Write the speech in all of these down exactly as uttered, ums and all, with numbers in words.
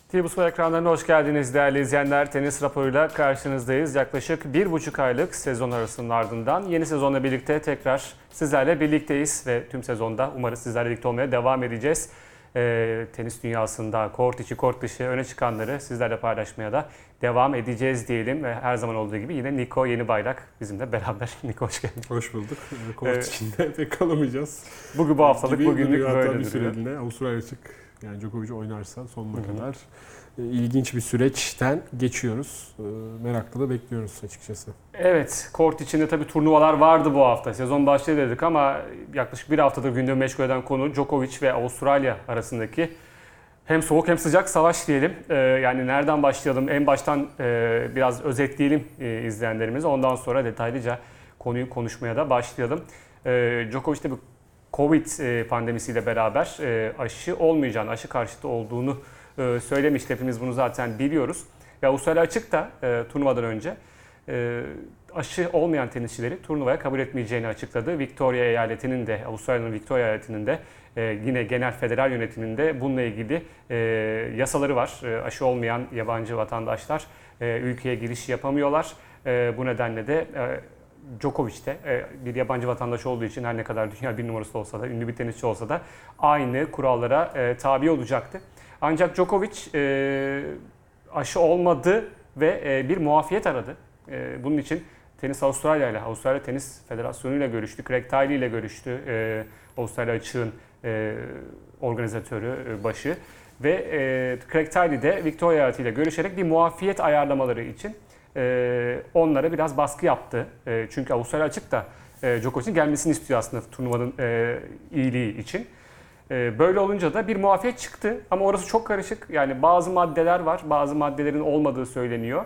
T-Spor ekranlarına hoş geldiniz değerli izleyenler. Tenis raporuyla karşınızdayız. Yaklaşık bir buçuk aylık sezon arasının ardından yeni sezonla birlikte tekrar sizlerle birlikteyiz ve tüm sezonda umarız sizlerle birlikte olmaya devam edeceğiz. E, tenis dünyasında kort içi kort dışı öne çıkanları sizlerle paylaşmaya da devam edeceğiz diyelim. Ve her zaman olduğu gibi yine Niko Yenibayrak bizimle beraber. Niko hoş geldin. Hoş bulduk. Kort evet. içinde pek kalamayacağız. Bugün bu haftalık, bugünlük böyle bir süreliğine Avustralya açık, yani Djokovic oynarsa sonuna Hı-hı. kadar ilginç bir süreçten geçiyoruz. Merakla da bekliyoruz açıkçası. Evet, kort içinde tabii turnuvalar vardı bu hafta. Sezon başladı dedik ama yaklaşık bir haftadır gündemi meşgul eden konu Djokovic ve Avustralya arasındaki hem soğuk hem sıcak savaş diyelim. Ee, yani nereden başlayalım? En baştan e, biraz özetleyelim e, izleyenlerimize. Ondan sonra detaylıca konuyu konuşmaya da başlayalım. E, Djokovic de bu Covid e, pandemisiyle beraber e, aşı olmayacağını, aşı karşıtı olduğunu e, söylemişti. Hepimiz bunu zaten biliyoruz. Ve Avustralya Açık da e, turnuvadan önce e, aşı olmayan tenisçileri turnuvaya kabul etmeyeceğini açıkladı. Victoria eyaletinin de, Avustralya'nın Victoria eyaletinin de e, yine genel federal yönetiminde bununla ilgili e, yasaları var. E, aşı olmayan yabancı vatandaşlar e, ülkeye giriş yapamıyorlar. E, bu nedenle de e, Djokovic de bir yabancı vatandaş olduğu için her ne kadar dünya bir numarası olsa da, ünlü bir tenisçi olsa da aynı kurallara tabi olacaktı. Ancak Djokovic aşı olmadı ve bir muafiyet aradı. Bunun için Tenis Avustralya ile, Avustralya Tenis Federasyonu ile görüştü. Craig Tiley ile görüştü. Avustralya Açık'ın organizatörü, başı. Ve Craig Tiley de Victoria eyaleti ile görüşerek bir muafiyet ayarlamaları için onlara biraz baskı yaptı. Çünkü Avustralya Açık da Djokovic'in gelmesini istiyor aslında turnuvanın iyiliği için. Böyle olunca da bir muafiyet çıktı ama orası çok karışık. Yani bazı maddeler var, bazı maddelerin olmadığı söyleniyor.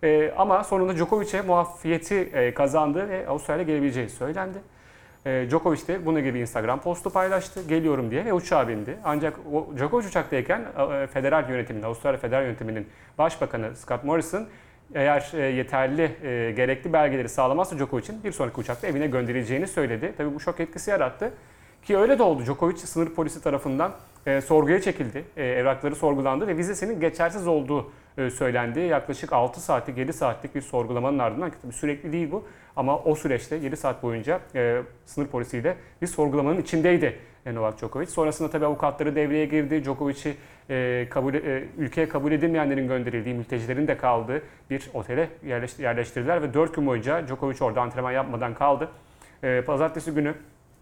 Ama sonunda Djokovic'e muafiyeti kazandı ve Avustralya gelebileceği söylendi. Djokovic de bunun gibi Instagram postu paylaştı, geliyorum diye ve uçağa bindi. Ancak o Djokovic uçaktayken federal yönetimin, Avustralya federal yönetiminin başbakanı Scott Morrison eğer yeterli, gerekli belgeleri sağlamazsa Djokovic'in bir sonraki uçakta evine gönderileceğini söyledi. Tabii bu şok etkisi yarattı. Ki öyle de oldu. Djokovic sınır polisi tarafından sorguya çekildi. Evrakları sorgulandı ve vizesinin geçersiz olduğu söylendi. Yaklaşık altı saatlik, yedi saatlik bir sorgulamanın ardından, tabii sürekli değil bu ama o süreçte yedi saat boyunca sınır polisiyle bir sorgulamanın içindeydi Novak Djokovic. Sonrasında tabii avukatları devreye girdi. Djokovic'i e, kabul, e, ülkeye kabul edilmeyenlerin gönderildiği, mültecilerin de kaldığı bir otele yerleştirdiler ve dört gün boyunca Djokovic orada antrenman yapmadan kaldı. E, pazartesi günü,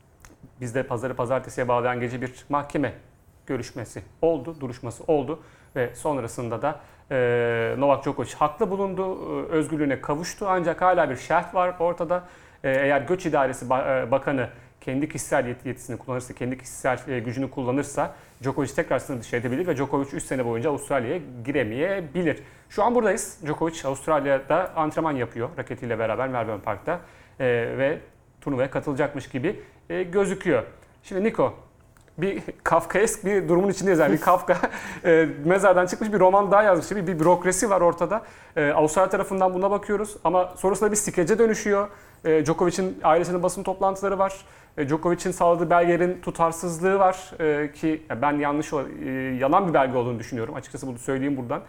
bizde pazarı pazartesiye bağlayan gece bir mahkeme görüşmesi oldu, duruşması oldu ve sonrasında da e, Novak Djokovic haklı bulundu, e, özgürlüğüne kavuştu ancak hala bir şerh var ortada. E, eğer Göç İdaresi Bakanı kendi kişisel yetisini kullanırsa, kendi kişisel gücünü kullanırsa Djokovic tekrar sınır dışı edebilir ve Djokovic üç sene boyunca Avustralya'ya giremeyebilir. Şu an buradayız. Djokovic Avustralya'da antrenman yapıyor raketiyle beraber Melbourne Park'ta ee, ve turnuvaya katılacakmış gibi e, gözüküyor. Şimdi Niko, bir Kafkaesk bir durumun içindeyiz. Yani bir Kafka e, mezardan çıkmış bir roman daha yazmış. Bir, bir bürokrasi var ortada. E, Avustralya tarafından buna bakıyoruz ama sonrasında bir skece dönüşüyor. E, Djokovic'in ailesinin basın toplantıları var. E, Djokovic'in sağladığı belgelerin tutarsızlığı var e, ki ben yanlış e, yalan bir belge olduğunu düşünüyorum. Açıkçası bunu söyleyeyim buradan.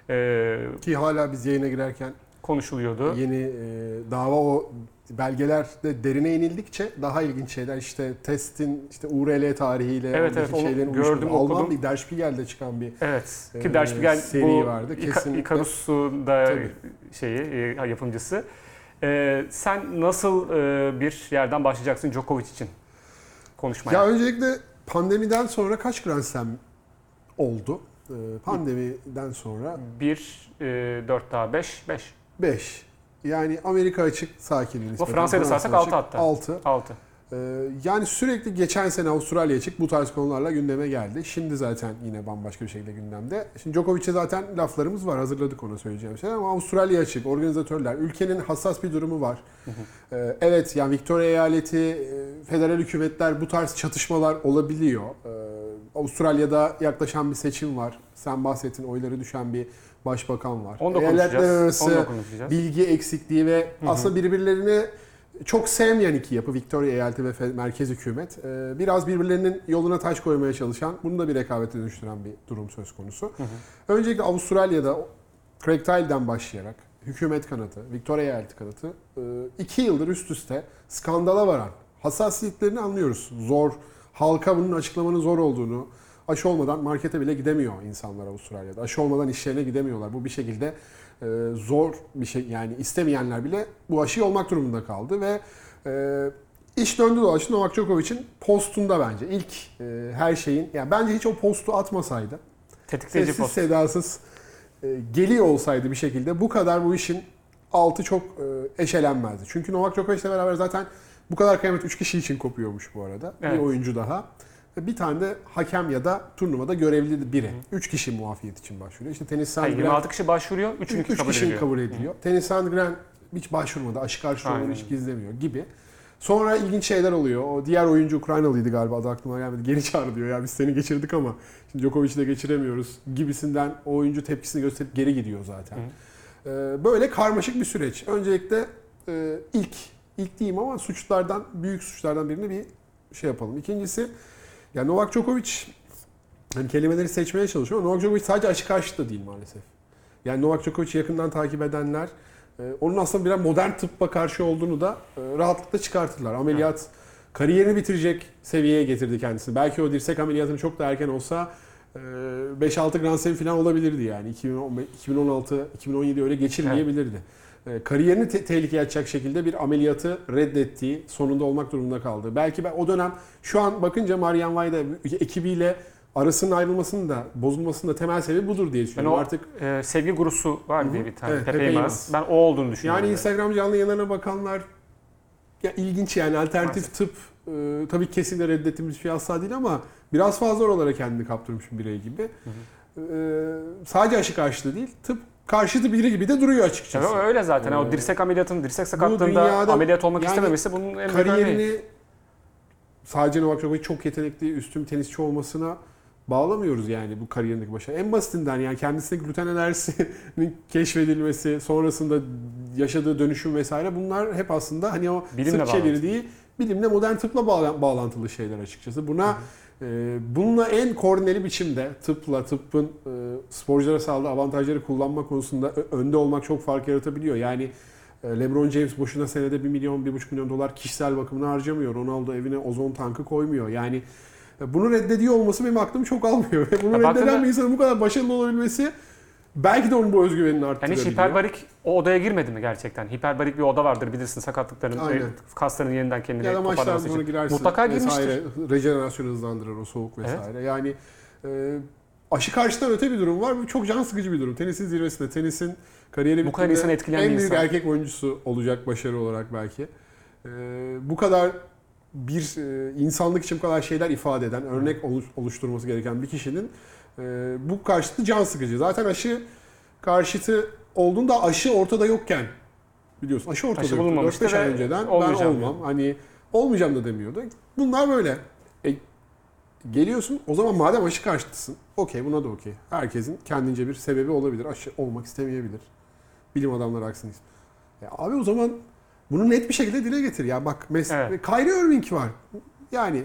E, ki hala biz yayına girerken konuşuluyordu. Yeni e, dava o belgelerde derine inildikçe daha ilginç şeyler, işte testin işte U R L tarihiyle evet, evet, şeylerin gördüm, okudum. Alman bir Der Spiegel'de çıkan bir evet ki Der Spiegel seri bu vardı. Kesinlikle. Icarus'un da şeyi yapımcısı. Ee, sen nasıl e, bir yerden başlayacaksın Djokovic için konuşmaya? Ya öncelikle pandemiden sonra kaç Grand Slam oldu? Ee, pandemiden sonra bir, dört daha beş, beş. beş. Yani Amerika açık sakin nispeten. Bu Fransa'yı da sayarsak altı hatta. altı. altı. Ee, yani sürekli geçen sene Avustralya açık bu tarz konularla gündeme geldi. Şimdi zaten yine bambaşka bir şekilde gündemde. Şimdi Djokovic'e zaten laflarımız var. Hazırladık ona söyleyeceğim şeyler ama Avustralya açık, organizatörler, ülkenin hassas bir durumu var. Hı hı. Ee, evet yani Victoria eyaleti, federal hükümetler bu tarz çatışmalar olabiliyor. Ee, Avustralya'da yaklaşan bir seçim var. Sen bahsettin, oyları düşen bir başbakan var. Onu da Eyaletler konuşacağız. arası Onu da konuşacağız. bilgi eksikliği ve hı hı. aslında birbirlerine çok sevmeyen iki yapı, Victoria eyaleti ve fe- merkez hükümet. Ee, biraz birbirlerinin yoluna taş koymaya çalışan, bunu da bir rekabete dönüştüren bir durum söz konusu. Hı hı. Öncelikle Avustralya'da Craig Tiley'den başlayarak hükümet kanadı, Victoria eyaleti kanadı iki yıldır üst üste skandala varan, hassasiyetlerini anlıyoruz. Zor, halka bunun açıklamanın zor olduğunu, aşı olmadan markete bile gidemiyor insanlar Avustralya'da. Aşı olmadan işlerine gidemiyorlar. Bu bir şekilde e, zor bir şey, yani istemeyenler bile bu aşıyı olmak durumunda kaldı ve e, iş döndü dolaştı Novak Djokovic'in postunda bence. İlk e, her şeyin, yani bence hiç o postu atmasaydı, tetikleyici sessiz post. sedasız e, geliyor olsaydı bir şekilde bu kadar bu işin altı çok e, eşelenmezdi. Çünkü Novak Djokovic'le beraber zaten bu kadar kıyamet üç kişi için kopuyormuş bu arada. Evet. Bir oyuncu daha. Bir tane de hakem ya da turnuvada görevli biri. üç kişi muafiyet için başvuruyor. İşte Tenis Sandgren... yirmi altı kişi başvuruyor, üçünü üç kabul kişinin ediliyor. kabul ediliyor. Hı. Tenis Sandgren hiç başvurmadı. Aşı karşı olduğunu hiç gizlemiyor gibi. Sonra ilginç şeyler oluyor. O diğer oyuncu Ukraynalıydı galiba, adı aklıma gelmedi. Geri çağır diyor ya, biz seni geçirdik ama şimdi Djokovic'i de geçiremiyoruz gibisinden o oyuncu tepkisini gösterip geri gidiyor zaten. Hı. Böyle karmaşık bir süreç. Öncelikle ilk, ilk diyeyim ama suçlardan, büyük suçlardan birini bir şey yapalım. İkincisi, ya Novak Djokovic, hani kelimeleri seçmeye çalışıyor ama Novak Djokovic sadece aşı karşıtı da değil maalesef. Yani Novak Djokovic'i yakından takip edenler onun aslında biraz modern tıbba karşı olduğunu da rahatlıkla çıkartırlar. Ameliyat kariyerini bitirecek seviyeye getirdi kendisini. Belki o dirsek ameliyatını çok da erken olsa beş altı Grand Slam falan olabilirdi yani. iki bin on altı iki bin on yedi öyle geçirmeyebilirdi. Evet. Kariyerini te- tehlikeye atacak şekilde bir ameliyatı reddettiği, sonunda olmak durumunda kaldı. Belki ben o dönem, şu an bakınca Marian Vajda ekibiyle arasının ayrılmasının da, bozulmasının da temel sebebi budur diye düşünüyorum. Yani o, artık e, sevgi gurusu var diye bir tane. Evet, Pepe Pepe Yılmaz. Ben o olduğunu düşünüyorum. Yani Instagram canlı yayınlarına bakanlar, ya ilginç yani, alternatif Maalesef. tıp e, tabii kesinlikle reddettiğimiz bir şey asla değil ama biraz fazla oralara kendini kaptırmış bir birey gibi. Hı hı. E, sadece aşı karşıtı değil, tıp karşıtı biri gibi de duruyor açıkçası. Evet, öyle zaten. Ee, o dirsek ameliyatının, dirsek sakatlığında ameliyat olmak yani istememesi bunun en büyük kariyerini örneği. Sadece Novak Djokovic çok yetenekli, üstün bir tenisçi olmasına bağlamıyoruz yani bu kariyerindeki başarı. En basitinden yani kendisine gluten alerjisinin keşfedilmesi, sonrasında yaşadığı dönüşüm vesaire, bunlar hep aslında hani o bilimle sırt şeyleri değil, bilimle, modern tıpla bağlantılı şeyler açıkçası. Buna e, bununla en koordineli biçimde tıpla, tıbbın e, sporculara sağladığı avantajları kullanma konusunda önde olmak çok fark yaratabiliyor. Yani e, LeBron James boşuna senede bir milyon, bir buçuk milyon dolar kişisel bakımına harcamıyor. Ronaldo evine ozon tankı koymuyor. Yani bunu reddediyor olması benim aklımı çok almıyor. Ve bunu ya reddeden bir insanın bu kadar başarılı olabilmesi belki de onun bu özgüvenini arttırabiliyor. Yani hiç hiperbarik o odaya girmedi mi gerçekten? Hiperbarik bir oda vardır bilirsin, sakatlıkların, e, kasların yeniden kendine toparlaması için. Girersin, mutlaka girmiştir. Rejenerasyonu hızlandırır o soğuk vesaire. Evet. Yani e, aşı karşıtan öte bir durum var. Bu çok can sıkıcı bir durum. Tenisin zirvesinde, tenisin kariyeri bittiğinde en büyük insan. Erkek oyuncusu olacak başarı olarak belki. E, bu kadar bir e, insanlık için bu kadar şeyler ifade eden, örnek oluşturması gereken bir kişinin e, bu karşıtı can sıkıcı. Zaten aşı karşıtı olduğunda aşı ortada yokken, biliyorsun aşı ortada aşı yoktu. dört beş ay önceden ben olmam. Yani. Hani olmayacağım da demiyordu. Bunlar böyle. E, geliyorsun o zaman madem aşı karşıtısın, okey, buna da okey. Herkesin kendince bir sebebi olabilir. Aşı olmak istemeyebilir. Bilim adamları aksine. Ya abi o zaman bunu net bir şekilde dile getir ya. Bak mesela evet. Kyrie Irving var. Yani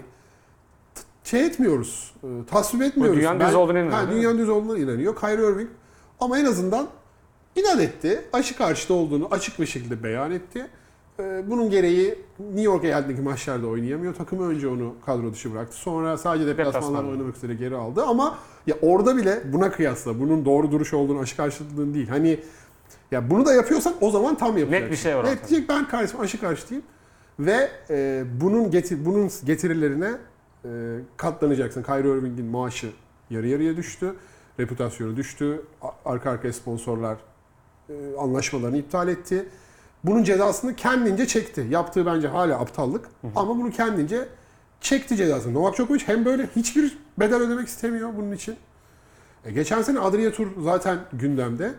şey etmiyoruz. Tasvip etmiyoruz. O dünyanın ben, düz olduğuna inanıyor. Ha, dünyanın düz olduğuna inanıyor. Kyrie Irving ama en azından inat etti. Aşı karşıtı olduğunu açık bir şekilde beyan etti. Bunun gereği New York eyaletindeki maçlarda oynayamıyor. Takımı önce onu kadro dışı bıraktı. Sonra sadece deplasmanlarda oynamak üzere geri aldı. Ama ya orada bile buna kıyasla bunun doğru duruş olduğunu, aşı karşıtlığını değil. Hani ya bunu da yapıyorsan o zaman tam yapacaksın. Net bir şey var. Net diyecek, ben kardeşim aşı karşıtıyım ve e, bunun getir bunun getirilerine e, katlanacaksın. Kyrie Irving'in maaşı yarı yarıya düştü, reputasyonu düştü. Arka arkaya sponsorlar e, anlaşmalarını iptal etti. Bunun cezasını kendince çekti. Yaptığı bence hala aptallık, hı hı. ama bunu kendince çekti cezasını. Novak Djokovic hem böyle hiçbir bedel ödemek istemiyor bunun için. E, geçen sene Adria Tur zaten gündemde.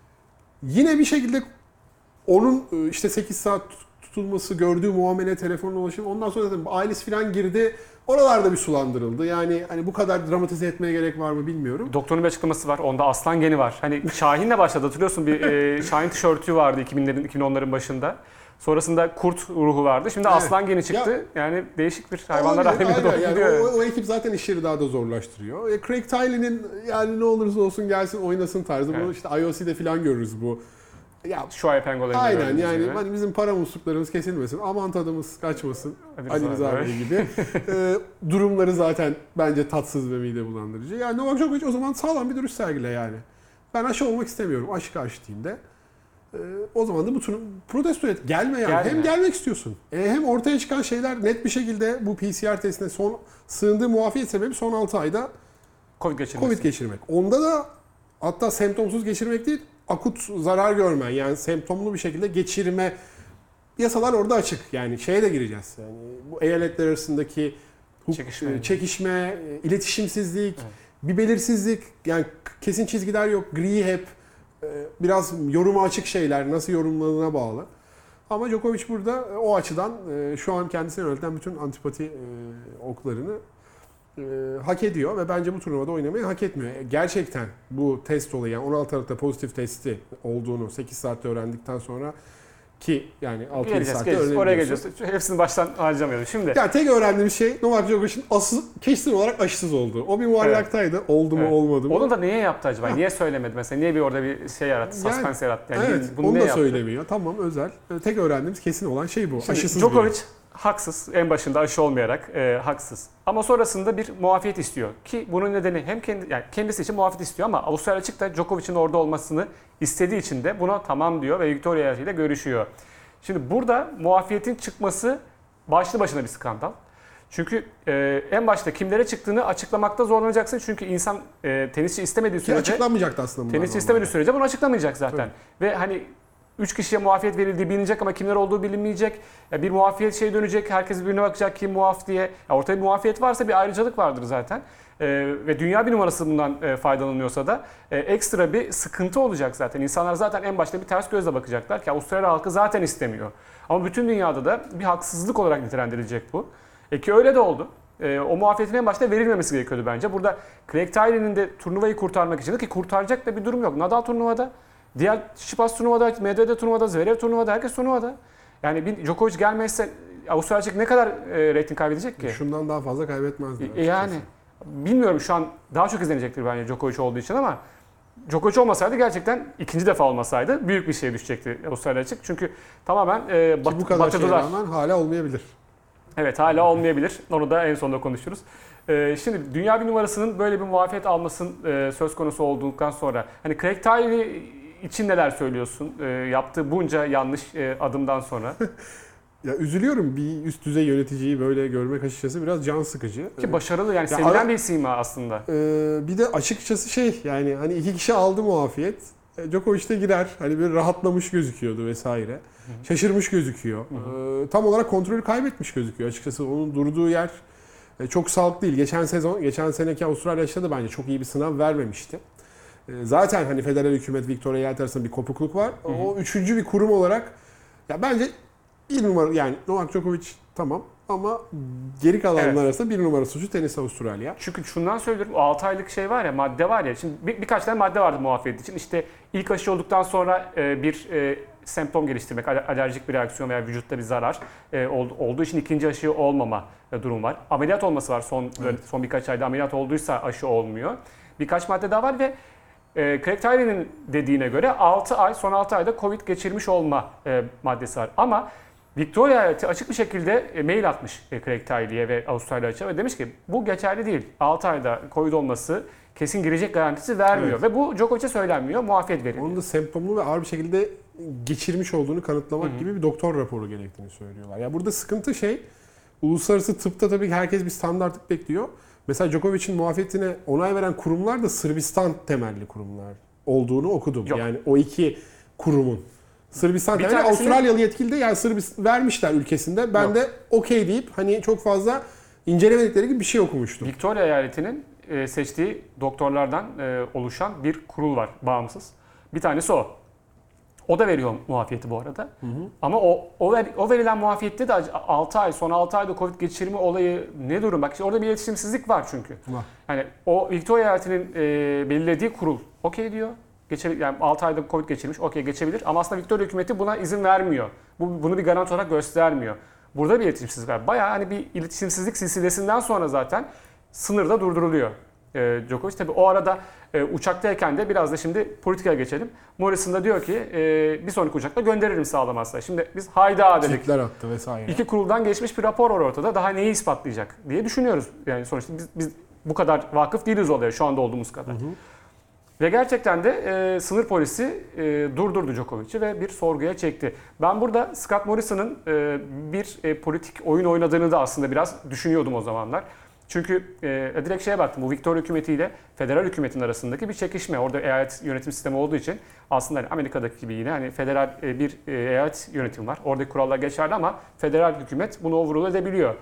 Yine bir şekilde onun işte sekiz saat tutulması, gördüğü muamele, telefonla ulaşım, ondan sonra zaten ailesi falan girdi. Oralarda bir sulandırıldı. Yani hani bu kadar dramatize etmeye gerek var mı bilmiyorum. Doktorun bir açıklaması var. Onda aslan geni var. Hani Şahin'le başladı, hatırlıyorsun, bir e, Şahin tişörtü vardı iki binlerin, iki bin onların başında. Sonrasında kurt ruhu vardı. Şimdi Evet. aslan geni çıktı. Yani değişik bir hayvanlar Olabilir, alemine aynen. doğru Yani gidiyor. o, o ekip zaten işleri daha da zorlaştırıyor. E, Craig Tiley'nin yani ne olursa olsun gelsin oynasın tarzı. Evet. Bunu işte I O C'de falan görürüz bu. Ya Şu ay pengolarını aynen gördüğünüz yani gibi. hani bizim para musluklarımız kesilmesin, aman tadımız kaçmasın. Ali Ali Rıza Rıza Bey. Bey gibi e, durumları zaten bence tatsız ve mide bulandırıcı. Yani Novak Djokovic o zaman sağlam bir duruş sergile yani. Ben aşı olmak istemiyorum, aşı karşıtıyım de. E, o zaman da bu tür protesto et. Gelme yani. Gelme. Hem gelmek istiyorsun. E, hem ortaya çıkan şeyler net bir şekilde bu P C R testine son sığındığı muafiyet sebebi son altı ayda Covid geçirmesi. Covid geçirmek. Onda da hatta semptomsuz geçirmek değil, akut zarar görmen. Yani semptomlu bir şekilde geçirme yasalar orada açık. Yani şeye de gireceğiz. Yani bu eyaletler arasındaki huk- Çekişme. çekişme, iletişimsizlik, Evet. bir belirsizlik, yani kesin çizgiler yok, gri hep. Ee, Biraz yoruma açık şeyler, nasıl yorumladığına bağlı. Ama Djokovic burada o açıdan e, şu an kendisine yönelten bütün antipati e, oklarını e, hak ediyor ve bence bu turnuvada oynamayı hak etmiyor. E, Gerçekten bu test olayı, yani on altı Aralık'ta pozitif testi olduğunu sekiz saatte öğrendikten sonra ki yani altı yedi Geleceğiz, saatte geleceğiz. Oraya öğrenebiliyorsun. geleceğiz. Hepsini baştan harcamayalım. Şimdi Yani tek öğrendiğim şey Novak Djokovic'in asıl, kesin olarak aşısız olduğu. O bir muallaktaydı. Oldu mu Evet. olmadı mı? onu da niye yaptı acaba? Niye söylemedi mesela? Niye bir orada bir şey yarattı? Yani, Suspense yarattı? Yani evet, bunu onu niye da yaptı? söylemiyor. Tamam, özel. E, Tek öğrendiğimiz kesin olan şey bu. Şimdi Aşısız Djokovic biri. haksız. En başında aşı olmayarak e, haksız. Ama sonrasında bir muafiyet istiyor. Ki bunun nedeni hem kendi yani kendisi için muafiyet istiyor ama Avustralya açık da Djokovic'in orada olmasını istediği için de buna tamam diyor ve Victoria ile görüşüyor. Şimdi burada muafiyetin çıkması başlı başına bir skandal. Çünkü e, en başta kimlere çıktığını açıklamakta zorlanacaksın. Çünkü insan e, tenisçi istemediği Ki sürece açıklanmayacaktı aslında bunlar tenisçi normalde. istemediği sürece bunu açıklamayacak zaten. Ve hani üç kişiye muafiyet verildiği bilinecek ama kimler olduğu bilinmeyecek. Ya bir muafiyet şey dönecek, herkes birbirine bakacak kim muaf diye. Ya ortada bir muafiyet varsa bir ayrıcalık vardır zaten. Ee, ve dünya bir numarası bundan e, faydalanıyorsa da e, ekstra bir sıkıntı olacak zaten. İnsanlar zaten en başta bir ters gözle bakacaklar ki Avustralya halkı zaten istemiyor. Ama bütün dünyada da bir haksızlık olarak nitelendirilecek bu. E ki öyle de oldu. E, o muafiyetin en başta verilmemesi gerekiyordu bence. Burada Craig Tiley'nin de turnuvayı kurtarmak için ki kurtaracak da bir durum yok. Nadal turnuvada, diğer Tsitsipas turnuvada, Medvedev turnuvada, Zverev turnuvada, herkes turnuvada. Yani bir Djokovic gelmezse Avustralya açık ne kadar e, reyting kaybedecek ki? Şundan daha fazla kaybetmezdi. E, yani bilmiyorum, şu an daha çok izlenecektir bence Djokovic olduğu için ama Djokovic olmasaydı gerçekten ikinci defa olmasaydı büyük bir şeye düşecekti Avustralya açık. Çünkü tamamen e, bat, Ki bu kadar şeye batırdılar. rağmen hala olmayabilir. Evet, hala olmayabilir. Onu da en sonunda konuşuruz. Ee, şimdi dünya bir numarasının böyle bir muafiyet almasının e, söz konusu olduktan sonra hani Craig Tiley için neler söylüyorsun? E, yaptığı bunca yanlış e, adımdan sonra. Ya üzülüyorum, bir üst düzey yöneticiyi böyle görmek açıkçası biraz can sıkıcı. Ki başarılı, yani Ya sevilen ara- bir sima aslında. Ee, bir de açıkçası şey, yani hani iki kişi aldı muafiyet. E, Djokovic de girer. Hani bir rahatlamış gözüküyordu vesaire. Hı-hı. Şaşırmış gözüküyor. Ee, tam olarak kontrolü kaybetmiş gözüküyor açıkçası. Onun durduğu yer e, çok sağlıklı değil. Geçen sezon, geçen seneki Avustralya açıkta da bence çok iyi bir sınav vermemişti. E, zaten hani federal hükümet Victoria Eyalet arasında bir kopukluk var. Hı-hı. O üçüncü bir kurum olarak ya bence bir numara, yani Novak Djokovic tamam ama geri kalanlar Evet. arasında bir numara suçu Tenis Avustralya. Çünkü şundan söylüyorum, o altı aylık şey var ya, madde var ya, şimdi bir, birkaç tane madde vardı muafiyet için. İşte ilk aşı olduktan sonra e, bir e, semptom geliştirmek, al- alerjik bir reaksiyon veya vücutta bir zarar e, ol- olduğu için ikinci aşı olmama e, durum var. Ameliyat olması var, son Evet. son birkaç ayda ameliyat olduysa aşı olmuyor. Birkaç madde daha var ve e, Craig Tiley'nin dediğine göre altı ay, son altı ayda Covid geçirmiş olma e, maddesi var. Ama Victoria Eyaleti açık bir şekilde e, mail atmış e, Craig Tiley'e ve Avustralya açığa ve demiş ki bu geçerli değil. altı ayda Covid olması kesin girecek garantisi vermiyor. Evet. Ve bu Djokovic'e söylenmiyor, muafiyet veriliyor. Onun da semptomlu ve ağır bir şekilde geçirmiş olduğunu kanıtlamak Hı hı. gibi bir doktor raporu gerektiğini söylüyorlar. Ya burada sıkıntı şey, uluslararası tıpta tabii ki herkes bir standartlık bekliyor. Mesela Djokovic'in muafiyetine onay veren kurumlar da Sırbistan temelli kurumlar olduğunu okudum. Yok. Yani o iki kurumun. Sırbistan Bir temelli, tanesini- Avustralyalı yetkili de yani Sırbistan vermişler ülkesinde. Ben Yok. de okey deyip hani çok fazla incelemedikleri gibi bir şey okumuştum. Victoria Eyaleti'nin e, seçtiği doktorlardan e, oluşan bir kurul var, bağımsız. Bir tanesi o. O da veriyor muafiyeti bu arada. Hı hı. Ama o o, ver, o verilen muafiyette de altı ay, son altı ayda Covid geçirme olayı ne durum? Bak işte orada bir iletişimsizlik var çünkü. Var. Yani o Victoria Eyaleti'nin e, belirlediği kurul okey diyor. geçebilir. Yani altı ayda Covid geçirmiş, okey geçebilir. Ama aslında Victoria hükümeti buna izin vermiyor. Bu, bunu bir garanti olarak göstermiyor. Burada bir iletişimsizlik var. Bayağı hani bir iletişimsizlik silsilesinden sonra zaten sınırda durduruluyor e, Djokovic. Tabii o arada e, uçaktayken de biraz da şimdi politikaya geçelim. Morrison da diyor ki e, bir sonraki uçakta gönderirim sağlamazsa. Şimdi biz hayda dedik. Tweetler attı vesaire. İki kuruldan geçmiş bir rapor var ortada. Daha neyi ispatlayacak diye düşünüyoruz. Yani sonuçta biz, biz bu kadar vakıf değiliz olaya şu anda olduğumuz kadar. Hı hı. Ve gerçekten de e, sınır polisi e, durdurdu Djokovic'i ve bir sorguya çekti. Ben burada Scott Morrison'ın e, bir e, politik oyun oynadığını da aslında biraz düşünüyordum o zamanlar. Çünkü e, direkt şeye baktım, bu Victoria hükümetiyle federal hükümetin arasındaki bir çekişme. Orada eyalet yönetim sistemi olduğu için aslında hani Amerika'daki gibi yine hani federal e, bir e, eyalet yönetimi var. Oradaki kurallar geçerli ama federal hükümet bunu overrule edebiliyor.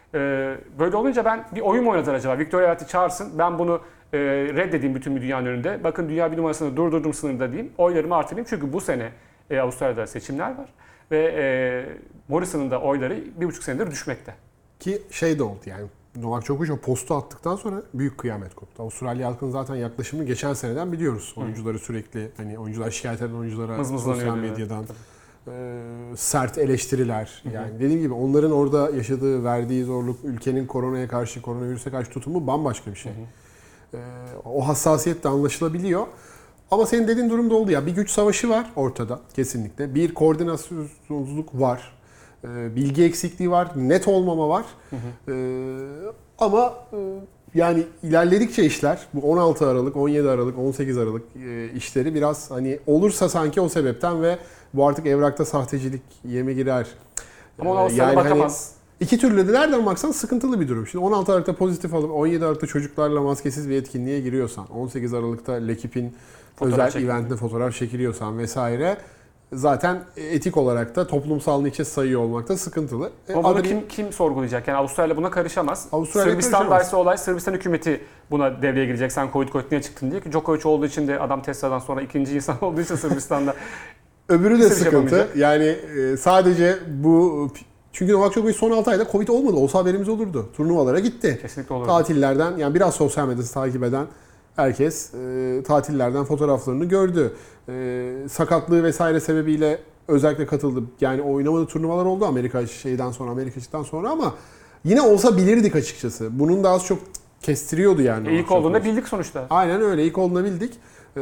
E, böyle olunca ben bir oyun mu oynadılar acaba? Victoria eyaleti çağırsın, ben bunu e, reddedeyim bütün bir dünyanın önünde. Bakın dünya bir numarasını durdurdum sınırda diyeyim. Oylarımı artırayım çünkü bu sene e, Avustralya'da seçimler var. Ve e, Morrison'ın da oyları bir buçuk senedir düşmekte. Ki şey de oldu yani. Novak Djokovic o postu attıktan sonra büyük kıyamet koptu. Avustralya halkının zaten yaklaşımını geçen seneden biliyoruz. Oyuncuları sürekli hani oyuncular şikayet eden oyunculara sosyal medyadan e, sert eleştiriler. Yani hı hı. Dediğim gibi onların orada yaşadığı, verdiği zorluk, ülkenin koronaya karşı, koronavirüse karşı tutumu bambaşka bir şey. Hı hı. E, o hassasiyet de anlaşılabiliyor. Ama senin dediğin durumda oldu ya. Bir güç savaşı var ortada kesinlikle. Bir koordinasyonsuzluk var. Bilgi eksikliği var, net olmama var. Hı hı. Ee, ama e, yani ilerledikçe işler, bu on altı Aralık, on yedi Aralık, on sekiz Aralık e, işleri biraz hani olursa sanki o sebepten ve bu artık evrakta sahtecilik yeme girer. Ama ona yani bakamaz. Hani iki türlü de nereden baksan sıkıntılı bir durum. Şimdi on altı Aralık'ta pozitif alıp on yedi Aralık'ta çocuklarla maskesiz bir etkinliğe giriyorsan, on sekiz Aralık'ta L'Equipe'in özel eventinde fotoğraf çekiliyorsan vesaire, zaten etik olarak da toplumsal niçe sayıyor olmak da sıkıntılı. Ama bunu Adri... kim kim sorgulayacak? Yani Avustralya buna karışamaz. Avustralya Sırbistan'daysa olay, Sırbistan hükümeti buna devreye girecek. Sen Covid Covid niye çıktın diye ki Djokovic olduğu için de adam Tesla'dan sonra ikinci insan olduğu için Sırbistan'da. Öbürü de sıkıntı. Yani sadece bu, çünkü Novak Djokovic son altı ayda Covid olmadı. Olsa haberimiz olurdu. Turnuvalara gitti. Kesinlikle olurdu. Tatillerden, yani biraz sosyal medyası takip eden herkes e, tatillerden fotoğraflarını gördü. E, sakatlığı vesaire sebebiyle özellikle katıldı. Yani oynamadığı turnuvalar oldu Amerika şeyden sonra, Amerika'dan sonra ama yine olsa bilirdik açıkçası. Bunun da az çok kestiriyordu yani. E, ilk olduğunda bildik sonuçta. Aynen öyle. İlk olduğunda bildik. E,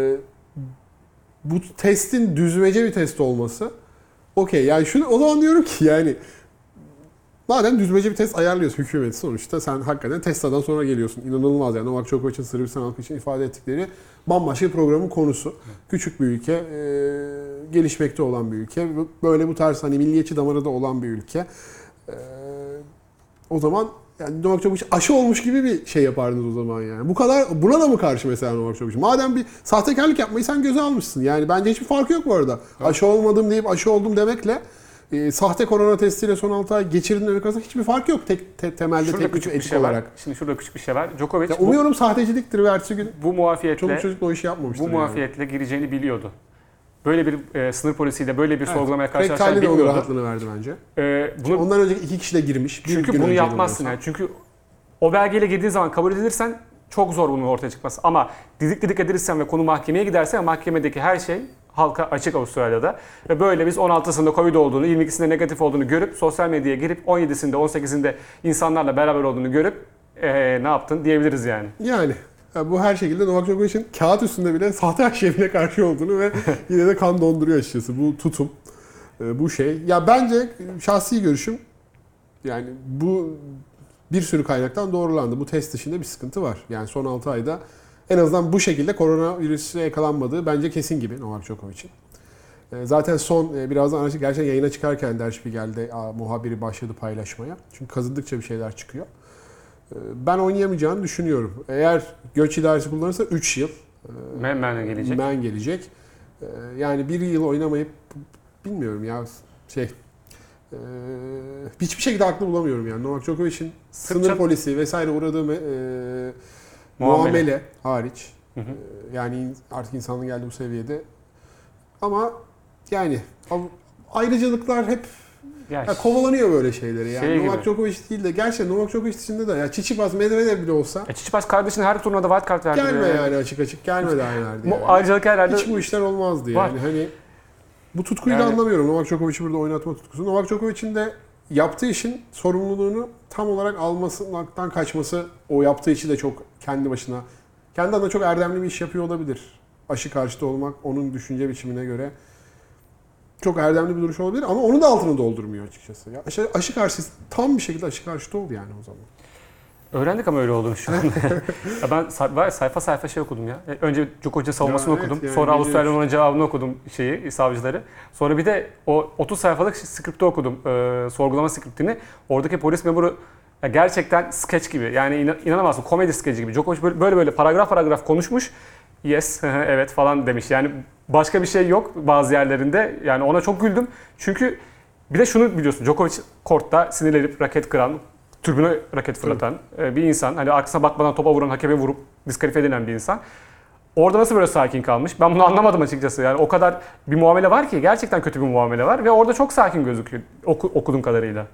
bu testin düzmece bir test olması okey. Yani şunu o zaman diyorum ki yani madem düzmece bir test ayarlıyorsun hükümeti sonuçta, sen hakikaten Tesla'dan sonra geliyorsun. İnanılmaz yani. Novak Djokovic'in Sırbistan halkı için ifade ettikleri bambaşka bir programın konusu. Hı. Küçük bir ülke, e, gelişmekte olan bir ülke. Böyle bu tarz hani milliyetçi damarı da olan bir ülke. E, o zaman yani Novak Djokovic aşı olmuş gibi bir şey yapardınız o zaman yani. Bu kadar, buna da mı karşı mesela Novak Djokovic? Madem bir sahtekarlık yapmayı sen göze almışsın. Yani bence hiçbir farkı yok bu arada. Evet. Aşı olmadım deyip aşı oldum demekle E, sahte korona testiyle son altı ay geçirdiğin arasında hiçbir fark yok tek te, temelde şurada teknik küçük etik bir şey olarak. Var. Şimdi şurada küçük bir şey var. Djokovic ya, umuyorum bu, sahteciliktir ve ertesi gün bu muafiyetle çoluk çocuk o işi yapmamıştır. Bu yani. muafiyetle gireceğini biliyordu. Böyle bir e, sınır polisiyle böyle bir evet. sorgulamaya karşılaşacağını bilmiyordu. bilmiyordu. Rahatlığını verdi bence. E, bunu, ondan önceki iki kişi de girmiş. Çünkü bunu yapmazsın yani. Çünkü o belgeyle girdiğin zaman kabul edilirsen çok zor bunun ortaya çıkması. Ama didik didik edilirsen ve konu mahkemeye gidersen mahkemedeki her şey halka açık Avustralya'da. Ve böyle biz on altısında Covid olduğunu, yirmi ikisinde negatif olduğunu görüp sosyal medyaya girip on yedisinde on sekizinde insanlarla beraber olduğunu görüp ee, ne yaptın diyebiliriz yani. Yani bu her şekilde Novak Djokovic'in kağıt üstünde bile sahte aşevine karşı olduğunu ve yine de kan donduruyor açıkçası bu tutum, bu şey. Ya bence şahsi görüşüm yani bu bir sürü kaynaktan doğrulandı. Bu test dışında bir sıkıntı var. Yani son altı ayda en azından bu şekilde koronavirüse yakalanmadığı bence kesin gibi Novak Djokovic'in. Zaten son birazdan araştırdık. Gerçekten yayına çıkarken Der Spiegel'de muhabiri başladı paylaşmaya. Çünkü kazıdıkça bir şeyler çıkıyor. Ben oynayamayacağını düşünüyorum. Eğer göç idaresi kullanırsa üç yıl. Men, men gelecek. Men gelecek. Yani bir yıl oynamayıp bilmiyorum ya şey... Ee, hiçbir şekilde haklı bulamıyorum yani. Novak Djokovic'in sınır polisi vesaire uğradığı e, muamele. muamele hariç. Hı hı. E, yani artık insanlığın geldiği bu seviyede. Ama yani ayrıcalıklar hep Ya, Ya kovalanıyor böyle şeyleri yani. Şey Novak gibi. Djokovic değil de gerçekten Novak Djokovic dışında da ya Tsitsipas, Medvedev bile olsa E, Tsitsipas kardeşine her turnuvada wild card verdi. gelme ya. yani açık açık gelme derlerdi Bu yani. ayrıcalık her yerde Hiç bu işler olmazdı var. yani. Hani bu tutkuyu da Yani- anlamıyorum. Novak Djokovic'i burada oynatma tutkusu. Novak Djokovic'in de yaptığı işin sorumluluğunu tam olarak almasından kaçması, o yaptığı işi de çok kendi başına, kendi adına çok erdemli bir iş yapıyor olabilir. Aşı karşıtı olmak onun düşünce biçimine göre çok erdemli bir duruş olabilir ama onun da altını doldurmuyor açıkçası. Ya aşı, aşı karşıtı, tam bir şekilde aşı karşıtı oldu yani o zaman. öğrendik ama öyle olduğunu şu an. Ya ben say- var ya sayfa sayfa şey okudum ya. E, Önce Djokovic'in savunmasını Ya evet, okudum. yani Sonra biliyoruz. Avustralya'nın cevabını okudum şeyi, savcıları. Sonra bir de o otuz sayfalık skripti okudum. E, sorgulama skriptini. Oradaki polis memuru ya gerçekten sketch gibi. Yani inan- inanamazsın, komedi skeci gibi. Djokovic böyle böyle, böyle paragraf paragraf konuşmuş. Yes, evet falan demiş. Yani başka bir şey yok bazı yerlerinde. Yani ona çok güldüm. Çünkü bir de şunu biliyorsun. Djokovic kortta sinirlenip raket kıran, tribüne raket fırlatan e, bir insan. Hani arkasına bakmadan topa vuran, hakeme vurup diskalifiye edilen bir insan. Orada nasıl böyle sakin kalmış? Ben bunu anlamadım açıkçası. Yani o kadar bir muamele var ki, gerçekten kötü bir muamele var ve orada çok sakin gözüküyor oku, okuduğum kadarıyla.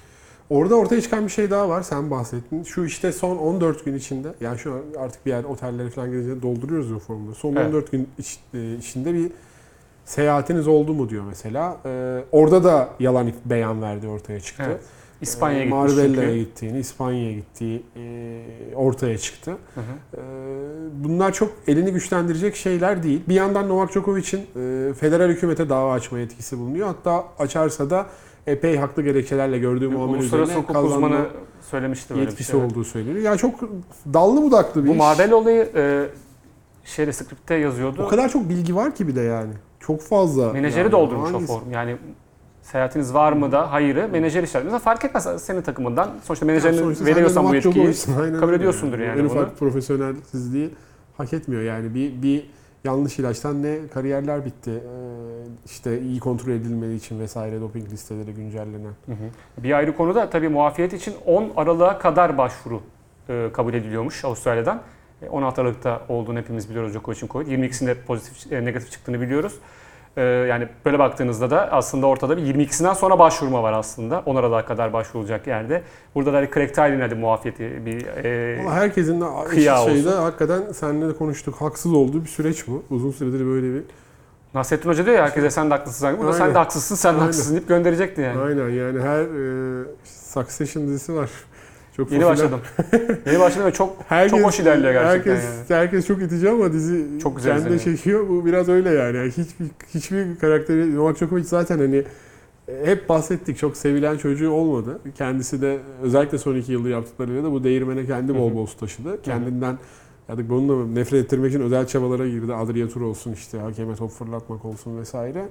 Orada ortaya çıkan bir şey daha var. Sen bahsettin. Şu işte son on dört gün içinde, yani şu an artık bir yer otelleri falan gidince dolduruyoruz ya formda. Son Evet. on dört gün iç- e, içinde bir seyahatiniz oldu mu diyor mesela. Ee, orada da yalan beyan verdi ortaya çıktı. Evet. İspanya'ya Ee, gitmiş Marbella'ya çünkü. gittiğini, İspanya'ya gittiği e, ortaya çıktı. Hı hı. Ee, bunlar çok elini güçlendirecek şeyler değil. Bir yandan Novak Djokovic'in e, federal hükümete dava açma yetkisi bulunuyor. Hatta açarsa da epey haklı gerekçelerle gördüğü muamele Uluslararası üzerine hukuk kazanma uzmanı söylemişti böyle bir yetkisi şey. evet. olduğu söyleniyor. Ya çok dallı budaklı bir Bu iş. Marbella olayı e, şeyde skripte yazıyordu. O kadar çok bilgi var ki bir de yani. Çok fazla. Menajeri yani. doldurmuş Hangisi? o form. Yani seyahatiniz var mı da hayırı menajer işaretliyor. Fark etmez senin takımından. Sonuçta Ya menajerin sonuçta sen de veriyorsan bu Novak yetkiyi Djokovic'sin, aynen kabul öyle ediyorsundur yani En bunu. ufak profesyonelsizliği hak etmiyor yani. Bir, bir yanlış ilaçtan ne kariyerler bitti. Ee, işte iyi kontrol edilmediği için vesaire doping listeleri güncellenen. Hı hı. Bir ayrı konu da tabii muafiyet için on Aralık'a kadar başvuru e, kabul ediliyormuş Avustralya'dan. E, on altı Aralık'ta olduğunu hepimiz biliyoruz Djokovic'in Covid. yirmi ikisinde pozitif, e, negatif çıktığını biliyoruz. E, yani böyle baktığınızda da aslında ortada bir yirmi ikisinden sonra başvurma var aslında. on Aralık'a kadar başvurulacak yerde. Burada da hani Craig Tiley'nin hadi muafiyeti bir... E, Ama herkesin de kıyağı eşit şeyde olsun. hakikaten seninle de konuştuk. Haksız olduğu bir süreç bu. Uzun süredir böyle bir. Nasrettin Hoca diyor ya herkese sen de haklısın. Burada sen Aynen. de haksızsın, sen de Aynen. haksızsın deyip gönderecekti yani. Aynen yani her e, Succession dizisi var. Çok Yeni popüler. başladım. Yeni başladım ve çok Herkes, çok hoş ilerliyor gerçekten herkes, yani. herkes çok itici ama dizi Çok güzel kendine izleniyor. çekiyor. Bu biraz öyle yani. Yani hiçbir, hiçbir karakteri, Novak Djokovic zaten hani hep bahsettik, çok sevilen çocuğu olmadı. Kendisi de özellikle son iki yılda yaptıklarıyla da bu değirmene kendi bol bol su taşıdı. Kendinden ya bununla nefret ettirmek için özel çabalara girdi. Adria Tur olsun, işte hakeme top fırlatmak olsun vesaire.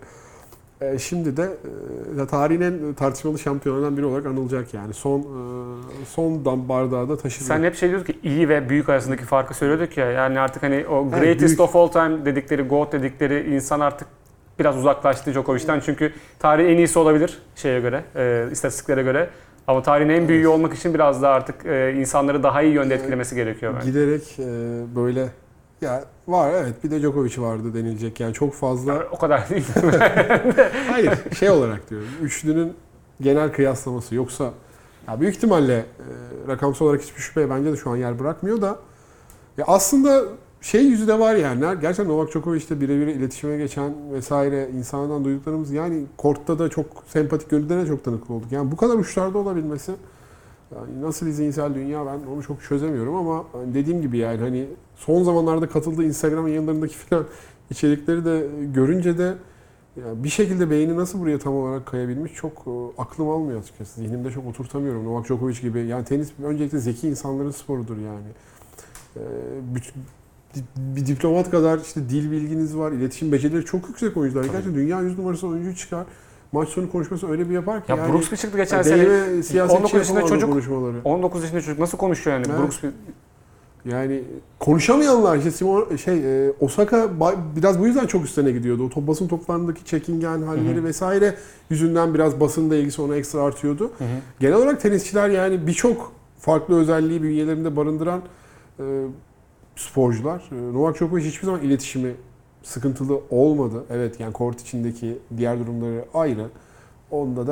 E, Şimdi de e, tarihin en tartışmalı şampiyonlarından biri olarak anılacak yani. Son e, son dam bardağı da taşıdı. Sen hep şey diyorduk ki iyi ve büyük arasındaki farkı söylüyorduk ya. Yani artık hani o Evet, greatest büyük. of all time dedikleri, GOAT dedikleri insan artık biraz uzaklaştı Djokovic'ten. Çünkü tarihin en iyisi olabilir şeye göre, e, istatistiklere göre. Ama tarihin en büyüğü olmak için biraz daha artık e, insanları daha iyi yönde etkilemesi gerekiyor bence. Giderek e, böyle ya var evet, bir de Djokovic vardı denilecek yani çok fazla. O kadar değil. Hayır, şey olarak diyorum. Üçlünün genel kıyaslaması yoksa ya büyük ihtimalle e, rakamsal olarak hiçbir şüphe bence de şu an yer bırakmıyor da ya aslında şey yüzü de var yani. Gerçekten Novak Djokovic'le birebir iletişime geçen vesaire insanlardan duyduklarımız yani kortta da çok sempatik görüntülere çok tanık olduk. Yani bu kadar uçlarda olabilmesi yani nasıl bir zihinsel dünya, ben onu çok çözemiyorum ama dediğim gibi yani hani son zamanlarda katıldığı Instagram yayınlarındaki falan içerikleri de görünce de ya bir şekilde beyni nasıl buraya tam olarak kayabilmiş çok e, aklım almıyor açıkçası. Zihnimde çok oturtamıyorum. Novak Djokovic gibi. Yani tenis öncelikle zeki insanların sporudur yani. E, bütün, bir diplomat kadar işte dil bilginiz var, iletişim becerileri çok yüksek oyuncular. Gerçekten dünya yüz numarası oyuncu çıkar. Maç sonu konuşması öyle bir yapar ki Ya yani. Brooks bir çıktı geçen Ya sene. deyime siyasetçi on dokuz yaşında yapamaz o çocuk, konuşmaları. on dokuz yaşında çocuk nasıl konuşuyor yani? Evet. Brooks bir Yani konuşamayanlar işte Simon şey e, Osaka ba- biraz bu yüzden çok üstüne gidiyordu. O top, basın toplarındaki çekingen halleri Hı hı. vesaire yüzünden biraz basınla ilgisi ona ekstra artıyordu. Hı hı. Genel olarak tenisçiler yani birçok farklı özelliği bünyelerinde barındıran e, sporcular. E, Novak Djokovic hiçbir zaman iletişimi sıkıntılı olmadı. Evet yani kort içindeki diğer durumları ayrı. Onda da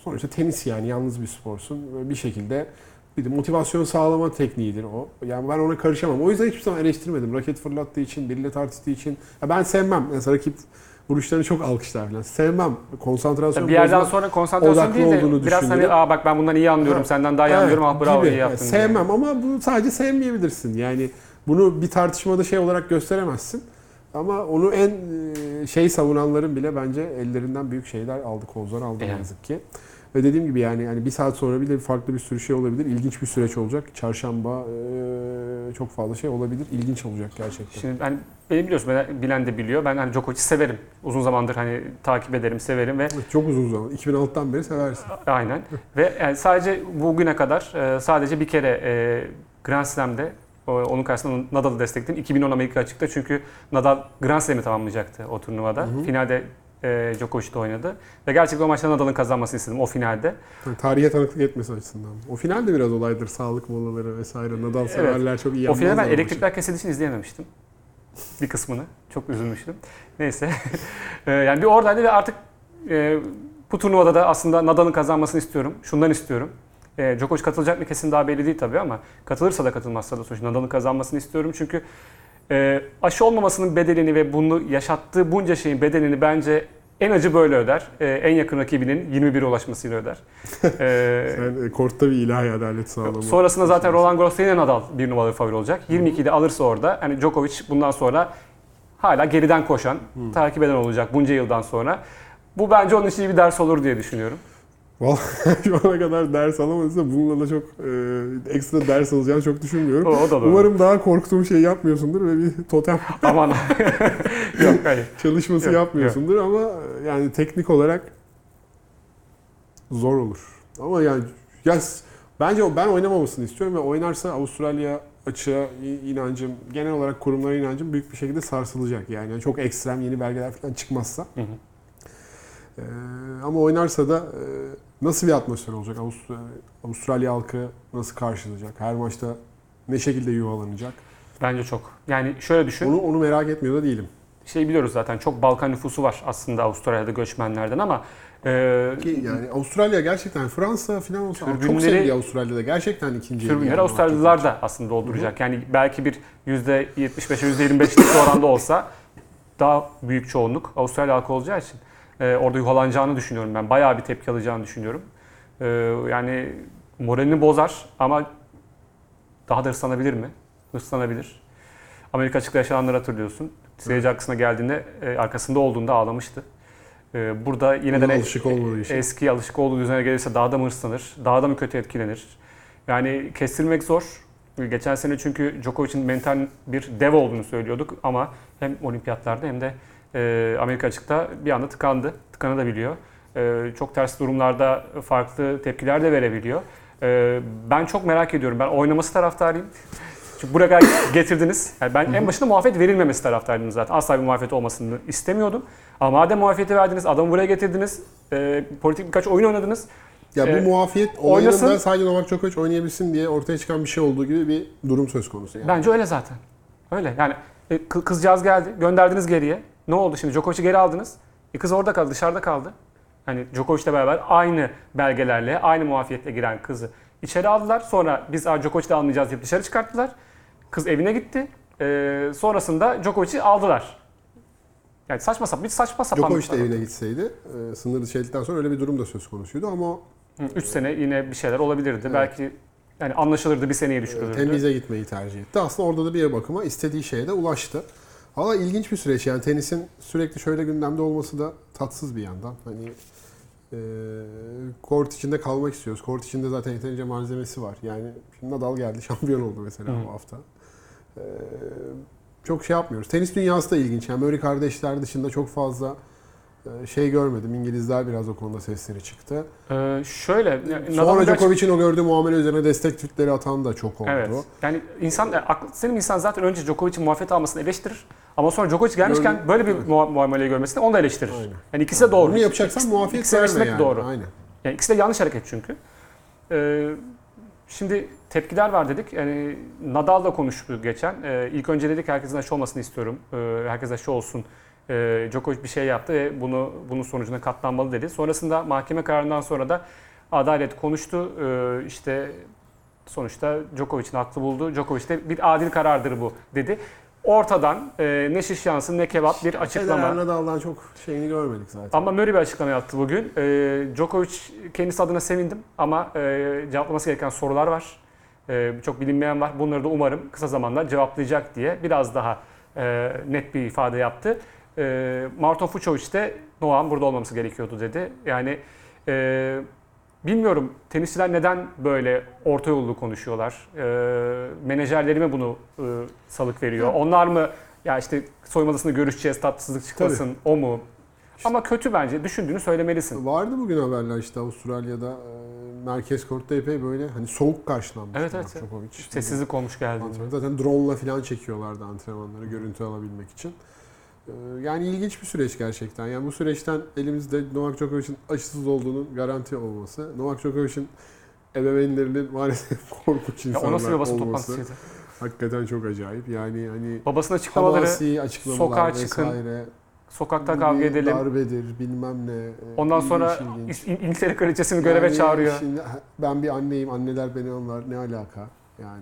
Sonuçta tenis yani yalnız bir sporsun. Bir şekilde bir de motivasyon sağlama tekniğidir o. Yani ben ona karışamam. O yüzden hiçbir zaman eleştirmedim. Raket fırlattığı için, biriyle tartıştığı için. Ya ben sevmem. Mesela rakip vuruşlarını çok alkışlar falan. Sevmem. Konsantrasyon Bir yerden bozma, sonra konsantrasyon odaklı değil de olduğunu biraz hani düşünürüm. aa bak ben bundan iyi anlıyorum, Ha. senden daha iyi Evet, anlıyorum, ah bravo gibi. iyi yaptın. Yani diye. sevmem ama bu sadece sevmeyebilirsin. Yani bunu bir tartışmada şey olarak gösteremezsin. Ama onu en e, şey savunanların bile bence ellerinden büyük şeyler aldı, kozlar aldı ne Yani. yazık ki. Ve dediğim gibi yani yani bir saat sonra bile farklı bir sürü şey olabilir. İlginç bir süreç olacak. Çarşamba e, çok fazla şey olabilir. İlginç olacak gerçekten. Şimdi hani beni biliyorsun, ben, bilen de biliyor. Ben hani Djokovic'i severim. Uzun zamandır hani takip ederim, severim ve Çok uzun zaman. iki bin altıdan beri seversin. aynen. Ve yani sadece bugüne kadar e, sadece bir kere e, Grand Slam'de o- onun karşısında Nadal'ı destekledim. iki bin on Amerika açıkta, çünkü Nadal Grand Slam'i tamamlayacaktı o turnuvada. Hı hı. Finalde e, Djokovic de oynadı. Ve gerçekten o maçta Nadal'ın kazanmasını istedim o finalde. Yani tarihe tanıklık etmesi açısından. O final de biraz olaydır. Sağlık molaları vesaire. Nadal severler çok iyi O finalde ben yapmazlar o elektrikler kesildiği için izleyememiştim. Bir kısmını. Çok üzülmüştüm. Neyse. E, yani bir oradaydı ve artık e, bu turnuvada da aslında Nadal'ın kazanmasını istiyorum. Şundan istiyorum. E, Djokovic katılacak mı kesin daha belli değil tabii, ama katılırsa da katılmazsa da sonuçta Nadal'ın kazanmasını istiyorum. Çünkü e, aşı olmamasının bedelini ve bunu yaşattığı bunca şeyin bedelini bence en acı böyle öder. E, en yakın rakibinin yirmi bire ulaşmasıyla öder. E, Sen e, kortta bir ilahi adalet sağlama. Sonrasında zaten Roland Garros'ta yine Nadal bir numaralı favori olacak. yirmi ikide alırsa orada hani Djokovic bundan sonra hala geriden koşan, Hı. takip eden olacak bunca yıldan sonra. Bu bence onun için iyi bir ders olur diye düşünüyorum. Vallahi şu ana kadar ders alamadıysa bununla da çok e, ekstra ders alacağını çok düşünmüyorum. O, o da doğru. Umarım daha korktuğum şeyi yapmıyorsundur ve bir totem Aman. Yok hayır. çalışması Yok, yapmıyorsundur ama e, yani teknik olarak zor olur. Ama yani ya, bence o- ben oynamamasını istiyorum ve oynarsa Avustralya açığa i- inancım, genel olarak kurumlara inancım büyük bir şekilde sarsılacak. Yani, yani çok ekstrem yeni belgeler falan çıkmazsa. Hı hı. Ee, ama oynarsa da e, nasıl bir atmosfer olacak? Avustralya, Avustralya halkı nasıl karşılayacak? Her maçta ne şekilde yuvalanacak? Bence çok. Yani şöyle düşün. Onu onu merak etmiyor da değilim. Şey biliyoruz zaten, çok Balkan nüfusu var aslında Avustralya'da göçmenlerden, ama e, Ki yani Avustralya gerçekten Fransa falan olsa çok Türbünleri- sevdi Avustralya'da. Gerçekten ikinci. tribünleri yani Avustralyalılar da aslında dolduracak. Yani belki bir yüzde yetmiş beşe yüzde yirmi beşlik bir oranda olsa daha büyük çoğunluk Avustralya halkı olacağı için e, orada yuhalanacağını düşünüyorum ben. Bayağı bir tepki alacağını düşünüyorum. E, yani moralini bozar ama daha da hırslanabilir mi? Hırslanabilir. Amerika açıkta yaşananları hatırlıyorsun. Seyirci arkasına geldiğinde e, arkasında olduğunda ağlamıştı. E, burada yine de Ona alışık olmadığı için. eski alışık olduğu düzene gelirse daha da mı hırslanır? Daha da mı kötü etkilenir? Yani kestirmek zor. Geçen sene çünkü Djokovic'in mental bir dev olduğunu söylüyorduk ama hem olimpiyatlarda hem de e, Amerika açıkta bir anda tıkandı. Tıkanabiliyor. E, çok ters durumlarda farklı tepkiler de verebiliyor. E, ben çok merak ediyorum. Ben oynaması taraftarıyım. Çünkü buraya kadar getirdiniz. Yani ben en başında muafiyet verilmemesi taraftarıydım zaten. Asla bir muafiyet olmasını istemiyordum. Ama madem muafiyeti verdiniz, adamı buraya getirdiniz, e, politik birkaç oyun oynadınız. Ya bu Ee, muafiyet oynasın. olayında sadece Novak Djokovic oynayabilsin diye ortaya çıkan bir şey olduğu gibi bir durum söz konusu. Yani. Bence öyle zaten. Öyle. Yani e, kı- kızcağız geldi, gönderdiniz geriye. Ne oldu şimdi? Djokovic'i geri aldınız. E, kız orada kaldı, dışarıda kaldı. Hani Djokovic'le beraber aynı belgelerle, aynı muafiyetle giren kızı içeri aldılar. Sonra biz Djokovic'le almayacağız deyip dışarı çıkarttılar. Kız evine gitti. E, sonrasında Djokovic'i aldılar. Yani saçma sapan, bir saçma sapan. Djokovic de evine gitseydi e, sınır dışı edildikten sonra öyle bir durum da söz konusuydu ama üç sene yine bir şeyler olabilirdi. Evet. Belki yani anlaşılırdı, bir seneye düşürülürdü. temize gitmeyi tercih etti. Aslında orada da bir bakıma istediği şeye de ulaştı. Valla ilginç bir süreç yani tenisin sürekli şöyle gündemde olması da tatsız bir yandan. Hani e, kort içinde kalmak istiyoruz. Kort içinde zaten yeterince malzemesi var. Yani şimdi Nadal geldi şampiyon oldu mesela Hı. bu hafta. E, çok şey yapmıyoruz. Tenis dünyası da ilginç. Yani böyle kardeşler dışında çok fazla e, şey görmedim. İngilizler biraz o konuda sesleri çıktı. Ee, şöyle, yani Sonra Nadal'ın gerçek- Djokovic'in o gördüğü muamele üzerine destek tweetleri atan da çok oldu. Evet. Yani insan, aklı senin insan zaten önce Djokovic'in muafiyet almasını eleştirir. Ama sonra Djokovic gelmişken Gördüm. böyle bir mua- muameleyi görmesini onu da eleştirir. Aynen. Yani ikisi de doğru. Bunu yapacaksan İkisi- muafiyet ikisi verme arasındaki yani. doğru. Aynen. Yani ikisi de yanlış hareket çünkü. Ee, şimdi tepkiler var dedik. Yani Nadal da konuştu geçen. Ee, ilk önce dedik herkesin aşı olmasını istiyorum. Ee, herkes aşı olsun E, Djokovic bir şey yaptı ve bunu bunun sonucuna katlanmalı dedi. Sonrasında mahkeme kararından sonra da adalet konuştu. E, işte sonuçta Djokovic'in haklı buldu. Djokovic de bir adil karardır bu dedi. Ortadan e, ne şiş yansın ne kebap bir açıklama. Federer Nadal'dan çok şeyini görmedik zaten. Ama Murray bir açıklama yaptı bugün. E, Djokovic kendisi adına sevindim ama e, cevaplaması gereken sorular var. E, çok bilinmeyen var. Bunları da umarım kısa zamanda cevaplayacak diye biraz daha e, net bir ifade yaptı. E, Marton Fucsovics de Novak'ın burada olmaması gerekiyordu dedi. Yani e, bilmiyorum tenisçiler neden böyle orta yolu konuşuyorlar? E, menajerlerime bunu e, salık veriyor. Onlar mı ya işte soyunma odasında görüşeceğiz, tatsızlık çıkmasın, Tabii. o mu? Ama kötü bence. Düşündüğünü söylemelisin. Vardı bugün haberler işte Avustralya'da e, merkez kortta epey böyle hani soğuk karşılanmış. Evet, evet. Djokovic. Sessizlik olmuş geldi. Antrenman. Zaten drone'la falan çekiyorlardı antrenmanları görüntü alabilmek için. E, yani ilginç bir süreç gerçekten. Yani bu süreçten elimizde Novak Djokovic'in aşısız olduğunun garanti olması, Novak Djokovic'in ebeveynlerinin maalesef korkunç Ya insanlar o nasıl bir basın olması toplantısıydı? hakikaten çok acayip. Yani hani Babasının açıklamaları, hamasi açıklamalar sokağa çıkın, vesaire. sokakta Bu kavga bir edelim. darbedir, bilmem ne. e, Ondan ilginç, sonra ilginç. İ- İngiltere kraliçesini göreve Yani çağırıyor. Şimdi ben bir anneyim, anneler beni anlar. Ne alaka? Yani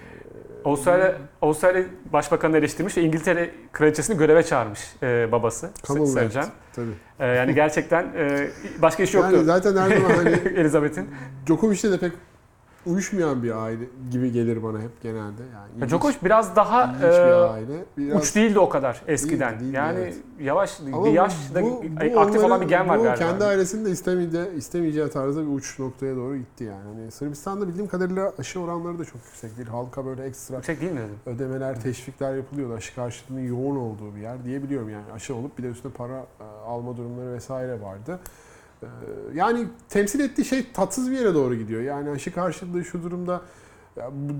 e, Avustralya, Avustralya Başbakanı eleştirmiş ve İngiltere kraliçesini göreve çağırmış e, babası. Commonwealth, Sevcan. tabii. E, yani gerçekten e, başka iş yoktu Yani zaten her zaman hani Elizabeth'in. Djokovic'le de pek uyuşmayan bir aile gibi gelir bana hep genelde. Yani Ya ilginç, Djokovic biraz daha ilginç e, bir aile. Biraz, uç değildi o kadar eskiden. Değildi, değildi, yani evet. yavaş ama bir yaş da bu, bu aktif onların- olan bir gen var bu galiba. kendi ailesinin de istemeyeceği, istemeyeceği tarzda bir uç noktaya doğru gitti yani. Hani Sırbistan'da bildiğim kadarıyla aşı oranları da çok yüksek değil. Halka böyle ekstra Yüksek değil mi dedim? ödemeler, teşvikler yapılıyordu. Aşı karşılığının yoğun olduğu bir yer diyebiliyorum yani. Aşı olup bir de üstüne para e, alma durumları vesaire vardı. E, Yani temsil ettiği şey tatsız bir yere doğru gidiyor. Yani aşı karşılığı şu durumda ya bu,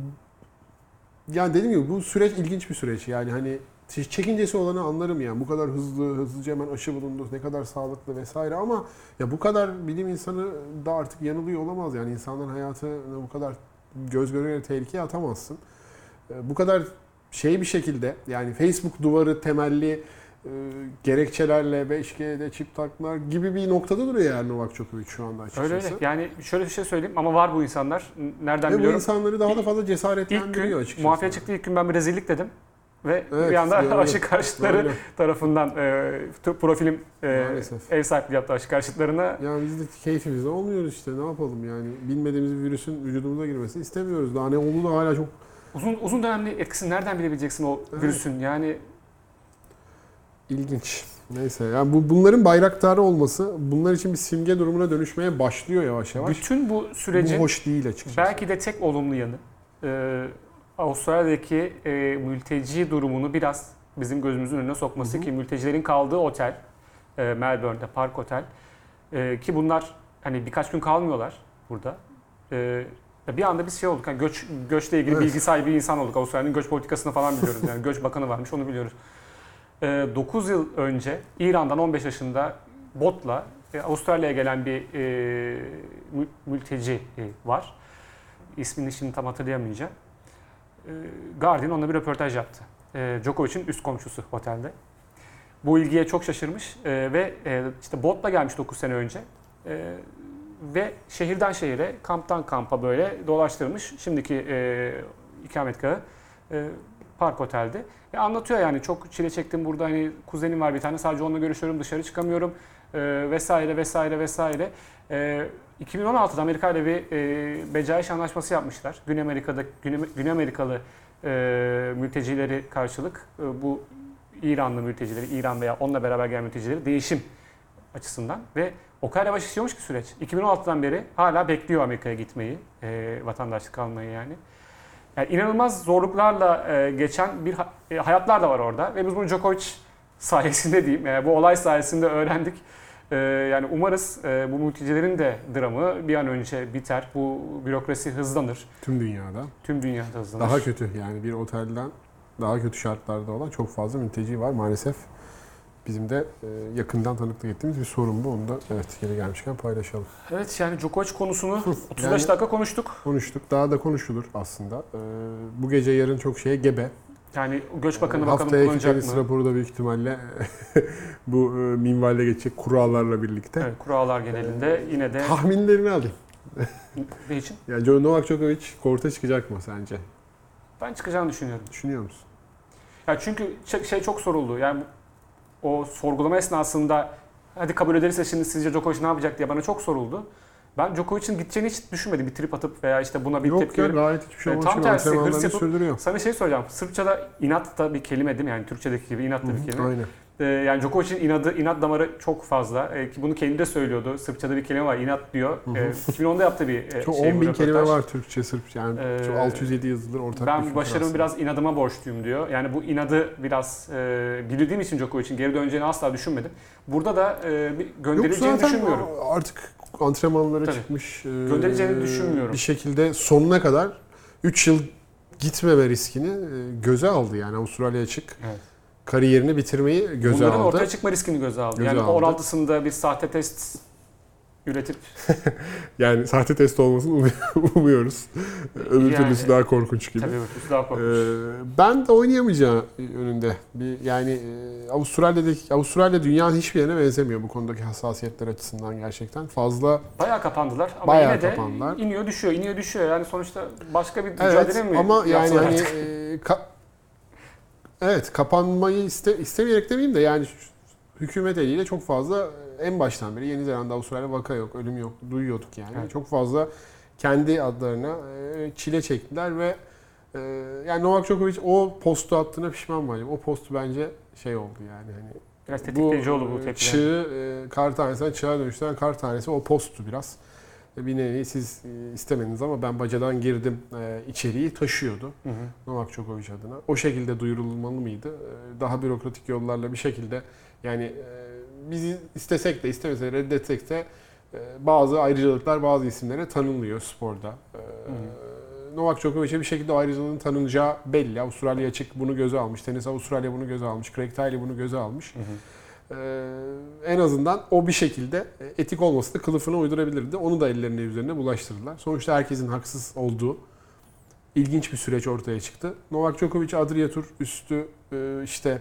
yani dediğim gibi bu süreç ilginç bir süreç. Yani hani çekincesi olanı anlarım yani. Bu kadar hızlı, hızlıca hemen aşı bulundu, ne kadar sağlıklı vesaire ama ya bu kadar bilim insanı da artık yanılıyor olamaz. Yani insanların hayatını bu kadar göz göre göre tehlikeye atamazsın. Bu kadar şey bir şekilde yani Facebook duvarı temelli e, gerekçelerle beş G'de çip takmalar gibi bir noktada duruyor yani Novak Djokovic şu anda açıkçası. Öyle öyle. Yani şöyle bir şey söyleyeyim ama var bu insanlar. Nereden Ve bu biliyorum? insanları daha da fazla İlk cesaretlendiriyor gün açıkçası. muafiyet çıktığı ilk gün ben bir rezillik dedim. Ve Evet, bir anda doğru. aşı karşıtları Öyle. tarafından e, t- profilim e, Maalesef. ev sahipliği yaptı aşı karşıtlarına. Yani biz de keyfimizde olmuyoruz işte ne yapalım yani bilmediğimiz bir virüsün vücudumuza girmesini istemiyoruz. Daha ne olduğu da hala çok Uzun uzun dönemli etkisini nereden bilebileceksin o Evet. virüsün? Yani ilginç. Neyse yani bu bunların bayraktarı olması bunlar için bir simge durumuna dönüşmeye başlıyor yavaş yavaş. bütün bu sürecin Bu hoş değil açıkçası. belki de tek olumlu yanı e, Avustralya'daki e, mülteci durumunu biraz bizim gözümüzün önüne sokması Hı hı. ki mültecilerin kaldığı otel e, Melbourne'de Park Otel e, ki bunlar hani birkaç gün kalmıyorlar burada. E, bir anda biz şey olduk. Yani göç göçle ilgili Evet. bilgi sahibi insan olduk. Avustralya'nın göç politikasını falan biliyoruz. Yani göç bakanı varmış onu biliyoruz. E, dokuz yıl önce İran'dan on beş yaşında botla e, Avustralya'ya gelen bir e, mü- mülteci e, var. İsmini şimdi tam hatırlayamayacağım. E, Guardian onunla bir röportaj yaptı. E, Djokovic'in üst komşusu otelde. Bu ilgiye çok şaşırmış e, ve e, işte botla gelmiş dokuz sene önce. E, ve şehirden şehire, kamptan kampa böyle dolaştırmış. Şimdiki e, ikametgahı e, Park Otel'de. E, anlatıyor yani çok çile çektim burada hani kuzenim var bir tane sadece onunla görüşüyorum dışarı çıkamıyorum e, vesaire vesaire vesaire. E, iki bin on altıda Amerika ile bir e, becaiş anlaşması yapmışlar. Güney Amerika'da Güney, Güney Amerikalı e, mültecileri karşılık e, bu İranlı mültecileri, İran veya onunla beraber gelen mültecileri değişim açısından ve o kadar yavaş işliyormuş ki süreç. iki bin on altıdan beri hala bekliyor Amerika'ya gitmeyi, e, vatandaşlık almayı yani. Yani inanılmaz zorluklarla e, geçen bir ha- e, hayatlar da var orada ve biz bunu Djokovic sayesinde diyeyim, e, bu olay sayesinde öğrendik. E, yani umarız e, bu mültecilerin de dramı bir an önce biter, bu bürokrasi hızlanır, Tüm dünyada. tüm dünyada hızlanır. Daha kötü yani bir otelden daha kötü şartlarda olan çok fazla mülteci var maalesef. Bizim de e, yakından tanıklık ettiğimiz bir sorun bu. Onu da evet geri gelmişken paylaşalım. Evet yani Djokovic konusunu otuz beş Yani- dakika konuştuk. Konuştuk. Daha da konuşulur aslında. E, bu gece yarın çok şeye gebe. Yani Göç Bakanı bakalım Haftaya iki kullanacak tenis mı? raporu da büyük ihtimalle bu e, minvalde geçecek kurallarla birlikte. Evet, kurallar genelinde yine de Tahminlerini alayım. ne için? Yani Novak Djokovic korta çıkacak mı sence? Ben çıkacağını düşünüyorum. Düşünüyor musun? Ya çünkü şey şey çok soruldu. Yani o sorgulama esnasında hadi kabul ederse şimdi sizce Djokovic ne yapacak diye bana çok soruldu. Ben Djokovic'in gideceğini hiç düşünmedim. Bir trip atıp veya işte buna bir Yok tepki ya verip. gayet hiçbir şey E, olmamış. tam tersi, hırs Antrenmanlarını yapıp- sürdürüyor. Sana şey soracağım. Sırpçada inat da bir kelime değil mi? Yani Türkçedeki gibi inat da bir kelime. Aynen. Ee, yani Djokovic'in inadı, inat damarı çok fazla. Ee, ki bunu kendi de söylüyordu. Sırpçada bir kelime var, inat diyor. Ee, iki bin onda yaptığı bir e, Çok şey on bu bin röportaj. kelime var Türkçe, Sırpça. Yani Ee, çok altı yüz yedi yazılır ortak bir Ben fikir başarımı aslında. biraz inadıma borçluyum diyor. Yani bu inadı biraz e, bildiğim için Djokovic'in geri döneceğini asla düşünmedim. Burada da e, bir Yok gönderileceğini zaten düşünmüyorum. artık antrenmanlara Tabii. çıkmış. e, Göndereceğini düşünmüyorum. Bir şekilde sonuna kadar üç yıl gitmeme riskini e, göze aldı. Yani Avustralya açık Evet. kariyerini bitirmeyi göze Bunların aldı. ortaya çıkma riskini göze aldı. Göze yani aldı. on altısında bir sahte test üretip Yani sahte test olmasını umuy- umuyoruz. Öbür Yani, türlüsü daha korkunç gibi. tabii ötesi daha korkunç. Ee, ben de oynayamayacağı önünde. Bir, yani e, Avustralya'daki Avustralya dünyanın hiçbir yerine benzemiyor bu konudaki hassasiyetler açısından gerçekten. Fazla Bayağı kapandılar ama Bayağı yine de kapandılar. iniyor düşüyor, iniyor düşüyor. Yani sonuçta başka bir evet mücadele mi ama yani yapsalar hani artık? e, ka- evet kapanmayı iste, istemeyerek demeyeyim de yani şu- hükümet eliyle çok fazla e, en baştan beri Yeni Zelanda, Avustralya vaka yok, ölüm yok, duyuyorduk yani. Evet. Çok fazla kendi adlarına e, çile çektiler ve e, yani Novak Djokovic o postu attığına pişman mı? O postu bence şey oldu yani hani Biraz tetikleyici oldu bu e, tepkiler. Çığı e, kar tanesinden çığa dönüştüren kar tanesi o posttu biraz. E, Bir nevi siz e, istemediniz ama ben bacadan girdim e, içeriği taşıyordu Hı hı. Novak Djokovic adına. O şekilde duyurulmalı mıydı? E, Daha bürokratik yollarla bir şekilde yani e, biz istesek de istemesek de reddetsek de e, bazı ayrıcalıklar bazı isimlere tanınıyor sporda. E, Novak Djokovic'e bir şekilde o ayrıcalığın tanınacağı belli. Avustralya açık bunu göze almış. Tenis Avustralya bunu göze almış. Craig Tiley bunu göze almış. Hı hı. Ee, en azından o bir şekilde etik olması da kılıfına uydurabilirdi. Onu da ellerine üzerine bulaştırdılar. Sonuçta herkesin haksız olduğu ilginç bir süreç ortaya çıktı. Novak Djokovic Adria Tur üstü e, işte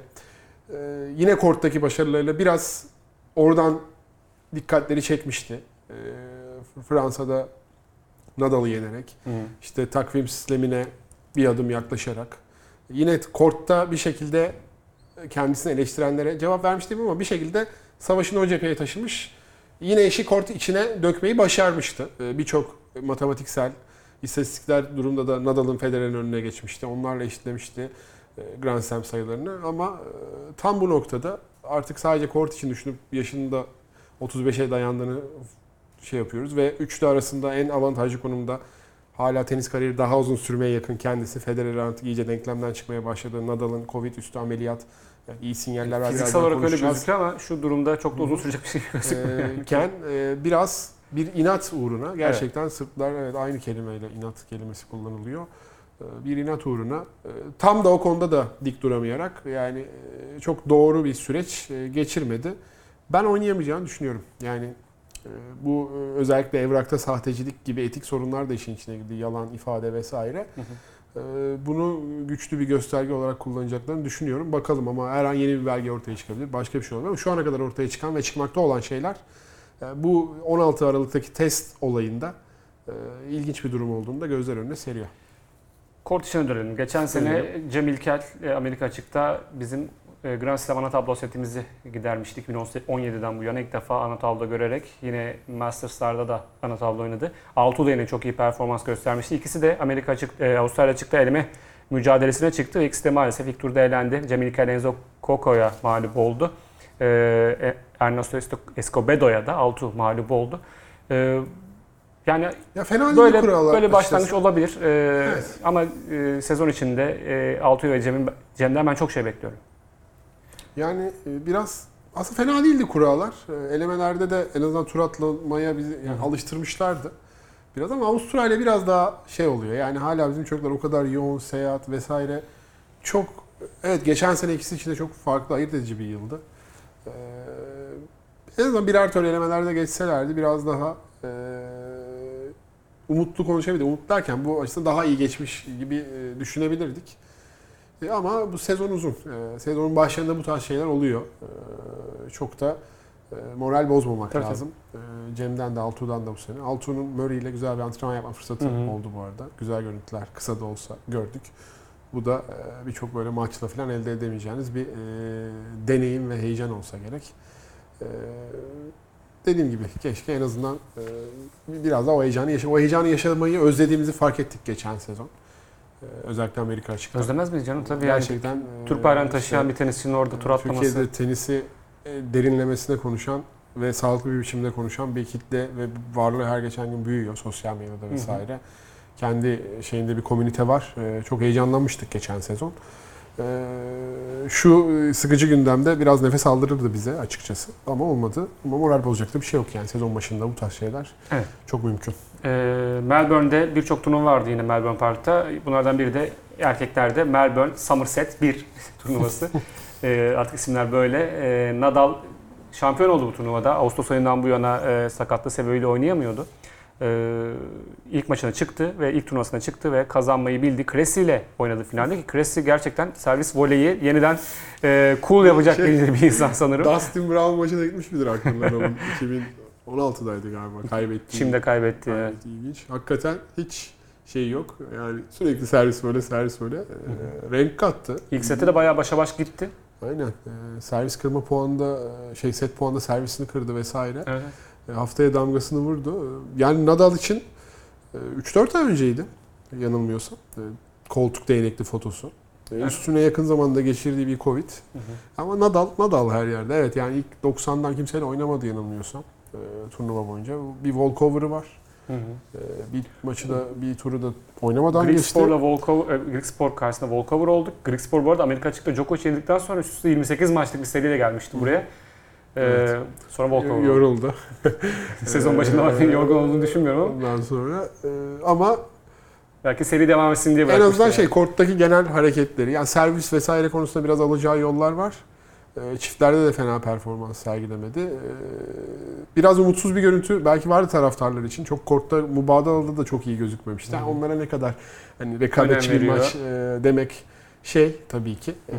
e, yine korttaki başarılarıyla biraz oradan dikkatleri çekmişti. E, Fransa'da Nadal'ı yenerek, Hı hı. işte takvim sistemine bir adım yaklaşarak. Yine kortta bir şekilde kendisini eleştirenlere cevap vermiş değilim ama bir şekilde savaşını o cepheye taşımış. Yine eşi kort içine dökmeyi başarmıştı. Ee, Birçok matematiksel, istatistikler durumda da Nadal'ın Federer'in önüne geçmişti. Onlarla eşitlemişti e, Grand Slam sayılarını. Ama e, tam bu noktada artık sadece kort için düşünüp yaşının da otuz beşe dayandığını şey yapıyoruz. Ve üçlü arasında en avantajlı konumda hala tenis kariyeri daha uzun sürmeye yakın kendisi. Federer artık iyice denklemden çıkmaya başladı. Nadal'ın Covid üstü ameliyat. Yani iyi sinyaller var. Fiziksel birazdan olarak öyle konuşacağız. gözüküyor ama şu durumda çok da uzun sürecek bir şey gözükmüyor. Ee, iken e, biraz bir inat uğruna gerçekten Sırplar evet aynı kelimeyle inat kelimesi kullanılıyor. Ee, Bir inat uğruna e, tam da o konuda da dik duramayarak yani e, çok doğru bir süreç e, geçirmedi. Ben oynayamayacağını düşünüyorum. Yani e, bu e, özellikle evrakta sahtecilik gibi etik sorunlar da işin içine girdi. Yalan, ifade vesaire. Hı hı. Ee, Bunu güçlü bir gösterge olarak kullanacaklarını düşünüyorum. Bakalım ama her an yeni bir belge ortaya çıkabilir. Başka bir şey olabilir. Ama şu ana kadar ortaya çıkan ve çıkmakta olan şeyler e, bu on altı Aralık'taki test olayında e, ilginç bir durum olduğunu da gözler önüne seriyor. Kort işine dönelim. Geçen sene Cem İlkel e, Amerika açıkta bizim e, Grand Slam ana tablo setimizi gidermiştik. iki bin on yediden bu yana ilk defa ana tablo görerek yine Masters'larda da ana tablo oynadı. Altuğ da yine çok iyi performans göstermişti. İkisi de Amerika açık, e, Avustralya açıkta eleme mücadelesine çıktı ve ikisi de maalesef ilk turda elendi. Cem İlkel Enzo Coco'ya mağlup oldu. E, Ernesto Escobedo'ya da Altuğ mağlup oldu. E, yani Ya fena değil böyle kurallar. böyle başlangıç açıkçası. olabilir. Ee, Evet. Ama e, sezon içinde e, Altuğ ve Cem'in Cem'den ben çok şey bekliyorum. Yani e, biraz aslında fena değildi kurallar. E, Elemelerde de en azından tur atlamaya bizi yani Hı hı. alıştırmışlardı. Biraz ama Avustralya biraz daha şey oluyor. Yani hala bizim çocuklar o kadar yoğun seyahat vesaire çok evet geçen sene ikisi için de çok farklı ayırt edici bir yıldı. Ee, en azından birer tür elemelerde geçselerdi biraz daha e, umutlu konuşabilirdik. Umut derken bu açıdan daha iyi geçmiş gibi e, düşünebilirdik. E, ama bu sezon uzun. E, sezonun başlarında bu tarz şeyler oluyor. E, çok da e, moral bozmamak Tabii. lazım. E, Cem'den de Altuğ'dan da bu sene. Altuğ'un Murray ile güzel bir antrenman yapma fırsatı Hı hı. oldu bu arada. Güzel görüntüler kısa da olsa gördük. Bu da e, birçok böyle maçla falan elde edemeyeceğiniz bir e, deneyim ve heyecan olsa gerek. E, dediğim gibi keşke en azından e, biraz daha o heyecanı yaşa o heyecanı yaşamayı özlediğimizi fark ettik geçen sezon. E, özellikle Amerika açıkta. Özlemez miyiz canım? Tabii yani. Gerçekten e, Türk bayrağını işte, taşıyan bir tenisçinin orada tur atlaması. Türkiye'de tenisi e, derinlemesine konuşan ve sağlıklı bir biçimde konuşan bir kitle ve varlığı her geçen gün büyüyor sosyal medyada vesaire. Hı hı. Kendi şeyinde bir komünite var. E, çok heyecanlanmıştık geçen sezon. E, şu sıkıcı gündemde biraz nefes aldırırdı bize açıkçası. Ama olmadı. Ama moral bozacak da bir şey yok yani sezon başında bu tarz şeyler Evet. çok mümkün. Ee, Melbourne'de birçok turnuva vardı yine Melbourne Park'ta. Bunlardan biri de erkeklerde Melbourne Somerset bir turnuvası. ee, artık isimler böyle. Ee, Nadal şampiyon oldu bu turnuvada. Ağustos ayından bu yana e, sakatlığı sebebiyle oynayamıyordu. Ee, ilk maçına çıktı ve ilk turnuvasına çıktı ve kazanmayı bildi. Cressy ile oynadı finalde ki Cressy gerçekten servis voleyi yeniden e, cool yapacak Şey, bir, bir insan sanırım. Dustin Brown maçına gitmiş midir aklımdan onun? iki bin on altıdaydı galiba kaybetti. Şimdi kaybetti. Evet. İlginç. Hakikaten hiç şey yok. Yani sürekli servis böyle servis böyle. E, renk kattı. İlk sette de bayağı başa baş gitti. Aynen. E, servis kırma puanında şey set puanında servisini kırdı vesaire. Evet. E, haftaya damgasını vurdu. Yani Nadal için e, üç dört ay önceydi yanılmıyorsam. E, koltuk değnekli fotosu. E, Evet. üstüne yakın zamanda geçirdiği bir Covid. Hı hı. Ama Nadal Nadal her yerde. Evet yani ilk doksandan kimseyle oynamadı yanılmıyorsam. E, turnuva boyunca. Bir walkover'ı var. Hı hı. E, bir maçı da bir turu da oynamadan Greek geçti. Spor'la Volkov, Greek Spor karşısında Volkover olduk. Greek Spor bu arada Amerika açıkta Djokovic yenildikten sonra üst üste yirmi sekiz maçlık bir seriyle gelmişti buraya. Ee, Evet. sonra Volkover. Yoruldu. Sezon başında Ee, yorgun olduğunu düşünmüyorum ama Ondan sonra e, ama belki seri devam etsin diye en bırakmıştı. azından yani. şey korttaki genel hareketleri yani servis vesaire konusunda biraz alacağı yollar var. E, çiftlerde de fena performans sergilemedi. E, biraz umutsuz bir görüntü belki vardı taraftarlar için. Çok kortta Mubadala'da da çok iyi gözükmemişti. Yani onlara ne kadar hani rekabetçi Önem bir veriyor. maç e, demek şey tabii ki e,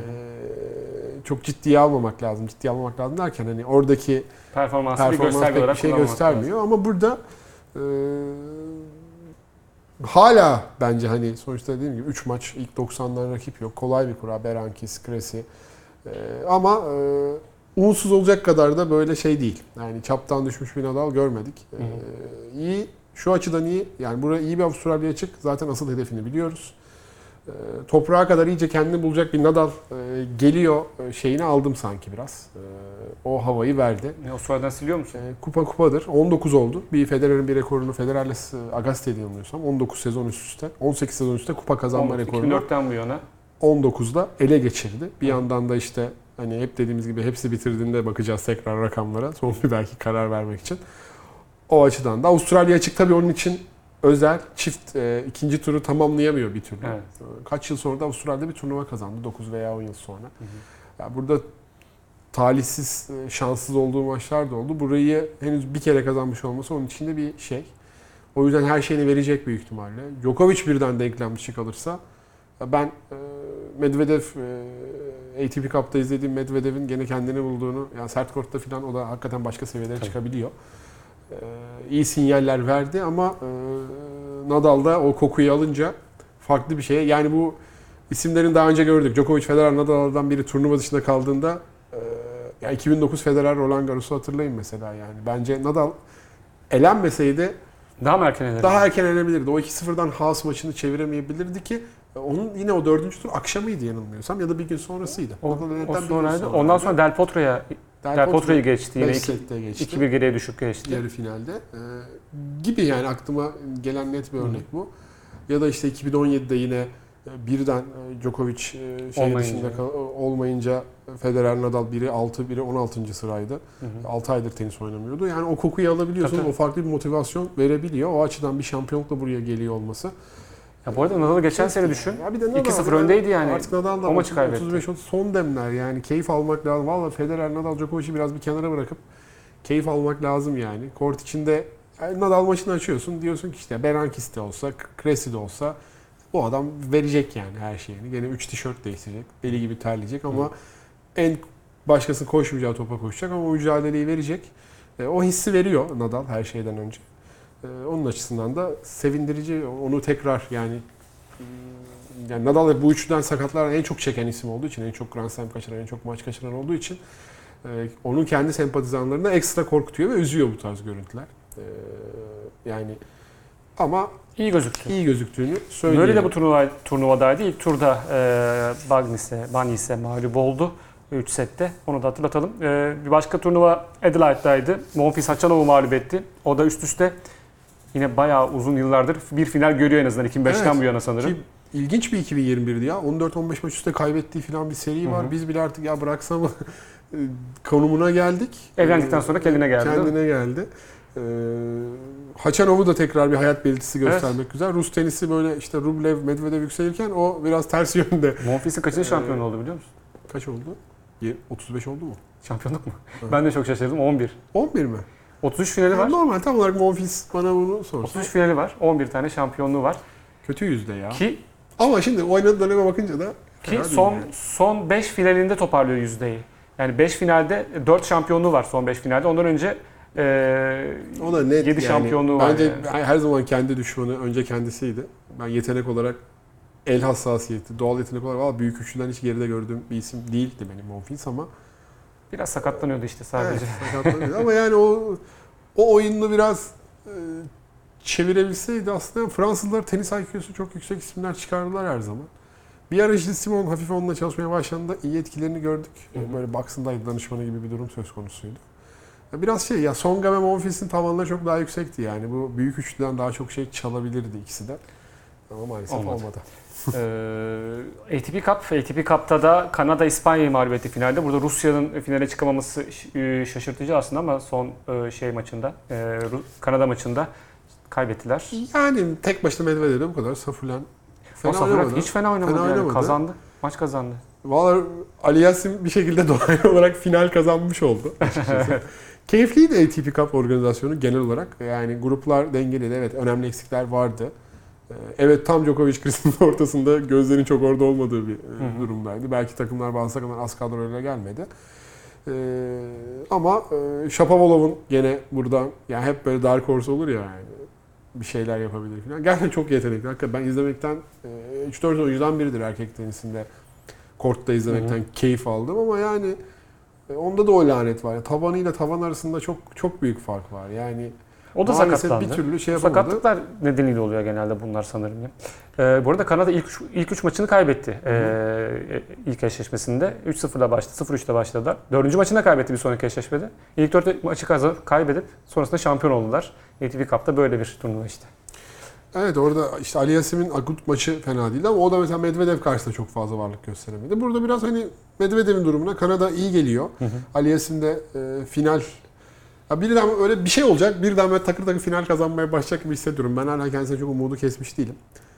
çok ciddiye almamak lazım. Ciddiye almamak lazım derken hani oradaki Performansı bir performans gösterge pek bir olarak şey kullanmak göstermiyor lazım. ama burada e, hala bence hani sonuçta dediğim gibi üç maç ilk doksandan rakip yok. Kolay bir kura. Berankis, Cressy. E, ama e, umutsuz olacak kadar da böyle şey değil. Yani çaptan düşmüş bir Nadal görmedik. E, Hı hı. iyi. Şu açıdan iyi. Yani buraya iyi bir Avustralya açık. Zaten asıl hedefini biliyoruz. E, toprağa kadar iyice kendini bulacak bir Nadal e, geliyor e, şeyini aldım sanki biraz. E, o havayı verdi. Ne, o sıradan siliyor musun? E, kupa kupadır. on dokuz oldu. Bir Federer'in bir rekorunu Federer'le Agaste'de yanılmıyorsam on dokuz sezon üst üste. on sekiz sezon üst üste kupa kazanma rekorunu iki bin dörtten bu yana. on dokuzda ele geçirdi. Bir yandan da işte hani hep dediğimiz gibi hepsi bitirdiğinde bakacağız tekrar rakamlara. Son bir belki karar vermek için. O açıdan da Avustralya açık tabii onun için özel çift e, ikinci turu tamamlayamıyor bir türlü. Evet. Kaç yıl sonra da Avustralya'da bir turnuva kazandı. dokuz veya on yıl sonra. Hı hı. Yani burada talihsiz, e, şanssız olduğu maçlar da oldu. Burayı henüz bir kere kazanmış olması onun için de bir şey. O yüzden her şeyini verecek büyük ihtimalle. Djokovic birden denklen dışı kalırsa ben e, Medvedev e, A T P Cup'ta izlediğim Medvedev'in gene kendini bulduğunu yani sert kortta falan o da hakikaten başka seviyelere Tabii. çıkabiliyor. E, iyi sinyaller verdi ama e, Nadal da o kokuyu alınca farklı bir şeye yani bu isimlerin daha önce gördük. Djokovic, Federer, Nadal'dan biri turnuva dışında kaldığında e, ya iki bin dokuz Federer, Roland Garros'u hatırlayın mesela yani. Bence Nadal elenmeseydi Daha mı erken eder? daha erken elenebilirdi. O iki sıfırdan Haas maçını çeviremeyebilirdi ki onun yine o dördüncü tur akşamıydı yanılmıyorsam ya da bir gün sonrasıydı. O, Nadal o elendikten bir gün sonraydı. sonraydı. Ondan sonra Del Potro'ya Del Del Potro Potro'yu geçti. Yine beş iki- sette geçti. iki bir geriye düşük geçti. Yarı finalde. Ee, gibi yani aklıma gelen net bir Hı. örnek bu. Ya da işte iki bin on yedide yine birden e, Djokovic e, şey Olmayınca. dışında kal- olmayınca Federer, Nadal biri altı, biri on altıncı sıraydı. Hı hı. altı aydır tenis oynamıyordu. Yani o kokuyu alabiliyorsunuz. Tabii. O farklı bir motivasyon verebiliyor. O açıdan bir şampiyonlukla buraya geliyor olması. Ya bu arada Nadal'ı geçen sene düşün. Ya bir de Nadal, iki sıfır öndeydi yani. Artık Nadal da O maçı kaybetti. otuz beş otuz son demler yani. Keyif almak lazım. Valla Federer, Nadal, Djokovic'i biraz bir kenara bırakıp keyif almak lazım yani. Kort içinde yani Nadal maçını açıyorsun. Diyorsun ki işte Berankis de olsa, Cressy de olsa bu adam verecek yani her şeyini. Gene üç tişört değiştirecek. Deli gibi terleyecek ama en başkasının koşmayacağı topa koşacak ama o mücadeleyi verecek. E, o hissi veriyor Nadal her şeyden önce. E, onun açısından da sevindirici. Onu tekrar yani yani Nadal bu üçlüden sakatlardan en çok çeken isim olduğu için, en çok Grand Slam kaçıran, en çok maç kaçıran olduğu için e, onun kendi sempatizanlarını ekstra korkutuyor ve üzüyor bu tarz görüntüler. E, yani ama İyi gözüktü. iyi gözüktüğünü söylüyor. Böyle de bu turnuva, turnuvadaydı. İlk turda e, Bagnis'e, Banis'e mağlup oldu. üç sette. Onu da hatırlatalım. E, bir başka turnuva Adelaide'daydı. Monfils Haçanov'u mağlup etti. O da üst üste yine bayağı uzun yıllardır bir final görüyor en azından. iki bin beşten Evet. bu yana sanırım. Ki ilginç bir iki bin yirmi birdi ya. on dört on beş maç üstte kaybettiği falan bir seri var. Hı hı. Biz bile artık ya bıraksam konumuna geldik. Evlendikten Ee, sonra kendine geldi, değil mi? Kendine geldi. Ee, Haçanov'u da tekrar bir hayat belirtisi göstermek Evet. güzel. Rus tenisi böyle işte Rublev, Medvedev yükselirken o biraz ters yönde. Monfils'in kaçıncı Ee, şampiyonu oldu biliyor musun? Kaç oldu? Ye- otuz beş oldu mu? Şampiyonluk mu? Hı. Ben de çok şaşırdım. on bir. on bir mi? otuz üç finali var. Yani normal tam olarak Monfils bana bunu otuz sorsa üç finali var. on bir tane şampiyonluğu var. kötü yüzde ya. Ki Ama şimdi oynadığı döneme bakınca da Ki fena değil son yani. son beş finalinde toparlıyor yüzdeyi. Yani beş finalde dört şampiyonluğu var son beş finalde. Ondan önce e, O da net yedi yani. şampiyonluğu var. Bence yani. her zaman kendi düşmanı önce kendisiydi. Ben yetenek olarak el hassasiyeti, doğal yetenek olarak valla büyük üçlüden hiç geride gördüğüm bir isim değildi benim Monfils ama Biraz sakatlanıyordu işte sadece. evet, sakatlanıyordu. Ama yani o o oyununu biraz e, çevirebilseydi aslında Fransızlar tenis I Q'su çok yüksek isimler çıkardılar her zaman. Bir ara Gilles Simon hafif onunla çalışmaya başladığında iyi etkilerini gördük. Hı hı. Böyle Box'ındaydı danışmanı gibi bir durum söz konusuydu. Biraz şey ya Songa ve Monfils'in tavanları çok daha yüksekti yani. Bu büyük üçlüden daha çok şey çalabilirdi ikisi de. Ama maalesef Olmadı. olmadı. Ee, A T P Cup, A T P Cup'ta da Kanada İspanya'yı mağlup etti finalde. Burada Rusya'nın finale çıkamaması e, şaşırtıcı aslında ama son e, şey maçında, e, Ru- Kanada maçında kaybettiler. Yani tek başına Medvedev'de bu kadar Safulen fena O Safurak oynamadı. hiç fena oynamadı, Fena yani. oynamadı. Kazandı. Maç kazandı. Valla Ali Yasin bir şekilde doğal olarak final kazanmış oldu açıkçası. Keyifliydi A T P Cup organizasyonu genel olarak. Yani gruplar dengeliydi. Evet önemli eksikler vardı. Ee, Evet tam Djokovic krizinin ortasında gözlerin çok orada olmadığı bir e, Hı hı. durumdaydı. Belki takımlar bazı takımlar az kadroyla gelmedi. Ee, ama e, Shapovalov'un gene burada yani hep böyle dark horse olur ya yani bir şeyler yapabilir falan. Gerçekten çok yetenekli. Hakikaten ben izlemekten e, üç dört oyuncudan biridir erkek tenisinde. Kortta izlemekten Hı hı. keyif aldım ama yani e, onda da o lanet var. Tabanıyla tavan arasında çok çok büyük fark var. Yani O da maalesef sakatlandı. bir türlü şey Bu yapamadı. sakatlıklar nedeniyle oluyor genelde bunlar sanırım. Ya. Ee, bu arada Kanada ilk üç, ilk üç maçını kaybetti ee, ilk eşleşmesinde. üç sıfırla başladı, sıfır üçte başladılar. Dördüncü maçını da kaybetti bir sonraki eşleşmede. İlk dört maçı kazan, kaybedip sonrasında şampiyon oldular. A T P Cup'ta böyle bir turnuva işte. Evet orada işte Ali Yasim'in Agut maçı fena değildi ama o da mesela Medvedev karşısında çok fazla varlık gösteremedi. Burada biraz hani Medvedev'in durumuna Kanada iyi geliyor. Hı hı. Ali Yasim de e, final ya birden öyle bir şey olacak. Birden böyle takır takır final kazanmaya başlayacak gibi hissediyorum. Ben hala kendisine çok umudu kesmiş değilim.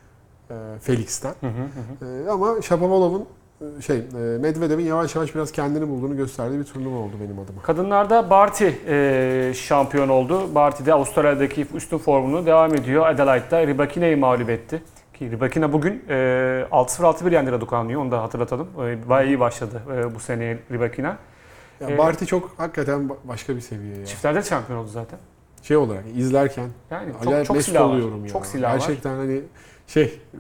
E, Felix'ten. Hı hı hı. E, ama Shapovalov'un e, şey e, Medvedev'in yavaş yavaş biraz kendini bulduğunu gösterdiği bir turnuva oldu benim adıma. Kadınlarda Barty e, şampiyon oldu. Barty de Avustralya'daki üstün formunu devam ediyor. Adelaide'da Rybakina'yı mağlup etti. Ki Rybakina bugün e, altı sıfır altı bir yendi Raducanu'yu. Onu da hatırlatalım. E, bayağı iyi başladı e, bu seneye Rybakina. Ya E, Barty çok hakikaten ba- başka bir seviye ya. Çiftlerde de şampiyon oldu zaten. Şey olarak izlerken Yani çok acayip çok mest silah var. oluyorum ya. Çok silah var. Gerçekten hani şey e,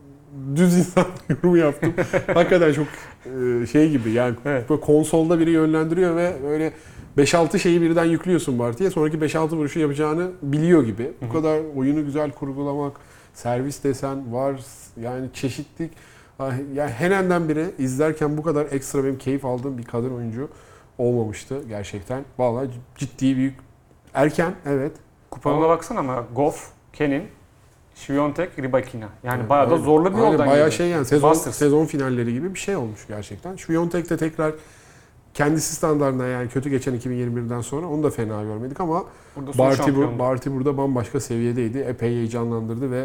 düz insan yorumu yaptım. Hakikaten çok e, şey gibi yani Evet. böyle konsolda biri yönlendiriyor ve böyle beş altı şeyi birden yüklüyorsun Barty'ye. Sonraki beş altı vuruşu yapacağını biliyor gibi. Bu Hı hı. kadar oyunu güzel kurgulamak, servis desen var yani çeşitlilik. Ah, yani Henen'den biri izlerken bu kadar ekstra benim keyif aldığım bir kadın oyuncu olmamıştı gerçekten. Vallahi ciddi büyük erken evet. Kupalarına baksana ama Goff, Kenin, Świątek, Rybakina. Yani Evet, bayağı da aynen. zorlu bir Aynen, yoldan bayağı gidiyor. şey yani sezon Masters. sezon finalleri gibi bir şey olmuş gerçekten. Świątek de tekrar kendisi standartına yani kötü geçen iki bin yirmi birden sonra onu da fena görmedik ama Burada son Barty, bu, şampiyonluğu. Barty burada bambaşka seviyedeydi. Epey heyecanlandırdı ve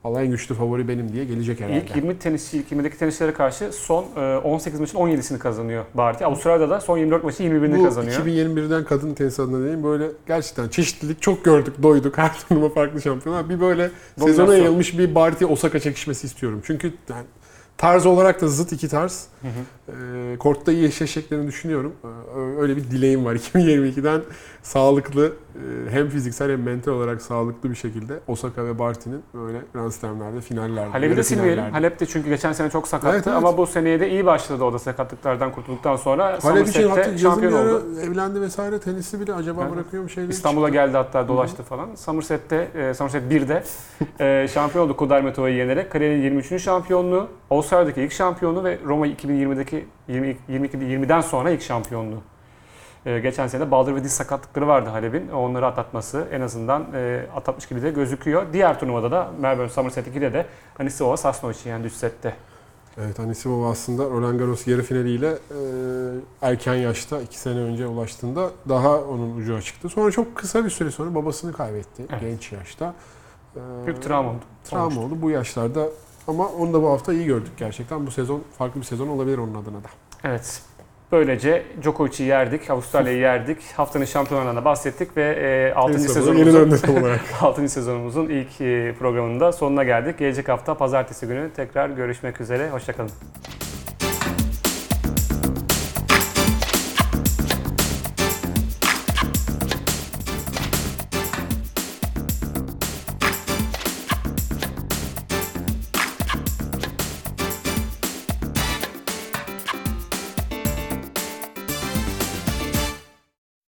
Allah en güçlü favori benim diye gelecek herhalde. İlk yirmi tenisçi, ilk yirmideki tenisçilere karşı son on sekiz maçın on yedisini kazanıyor Barty. Avustralya'da da son yirmi dört maçın yirmi birini Bu kazanıyor. iki bin yirmi birden kadın tenis adına diyeyim böyle gerçekten çeşitlilik çok gördük, doyduk. Her turnuva farklı şampiyonlar. Bir böyle Dominasyon. sezona yayılmış bir Barty Osaka çekişmesi istiyorum. Çünkü yani tarz olarak da zıt iki tarz. Hı hı. E, kortta iyi eşleşeceklerini düşünüyorum. E, öyle bir dileğim var. iki bin yirmi ikiden sağlıklı e, hem fiziksel hem mental olarak sağlıklı bir şekilde Osaka ve Barty'nin böyle Grand Slam'lerde, finallerde. Halep'i yarı de silmeyelim. finallerde. Halep de çünkü geçen sene çok sakattı Evet, evet. ama bu seneye de iyi başladı o da sakatlıklardan kurtulduktan sonra. Halep için hatta Somerset'te yazın şampiyon bir ara oldu. evlendi vesaire, tenisi bile acaba Evet. bırakıyor mu şeyleri İstanbul'a çıktı. geldi hatta dolaştı falan. Somerset'te, e, Somerset birde e, şampiyon oldu Kudermetova'yı yenerek. Kariyerinin yirmi üçüncü şampiyonluğu, Avustralya'daki ilk şampiyonluğu ve Roma iki bin yirmideki yirmi, yirmi iki, yirmiden sonra ilk şampiyonluğu. E, geçen sene de baldır ve diz sakatlıkları vardı Halep'in. Onları atlatması en azından e, atlatmış gibi de gözüküyor. Diğer turnuvada da Melbourne Somerset ikide de Anisimova Sasnovic'i yendi üst sette. Evet, Anisimova aslında Roland Garros yarı finaliyle e, erken yaşta iki sene önce ulaştığında daha onun ucu açıktı. Sonra çok kısa bir süre sonra babasını kaybetti Evet. genç yaşta. E, Büyük travma oldu. Travma Olmuştu. oldu bu yaşlarda ama onu da bu hafta iyi gördük gerçekten. Bu sezon farklı bir sezon olabilir onun adına da. Evet. Böylece Djokovic'i yerdik, Avustralya'yı yerdik. Haftanın şampiyonlarından da bahsettik ve e, altıncı Tenis sezonu yeni sezonumuzun döndü olarak. altıncı sezonumuzun ilk e, programında sonuna geldik. Gelecek hafta pazartesi günü tekrar görüşmek üzere. Hoşça kalın.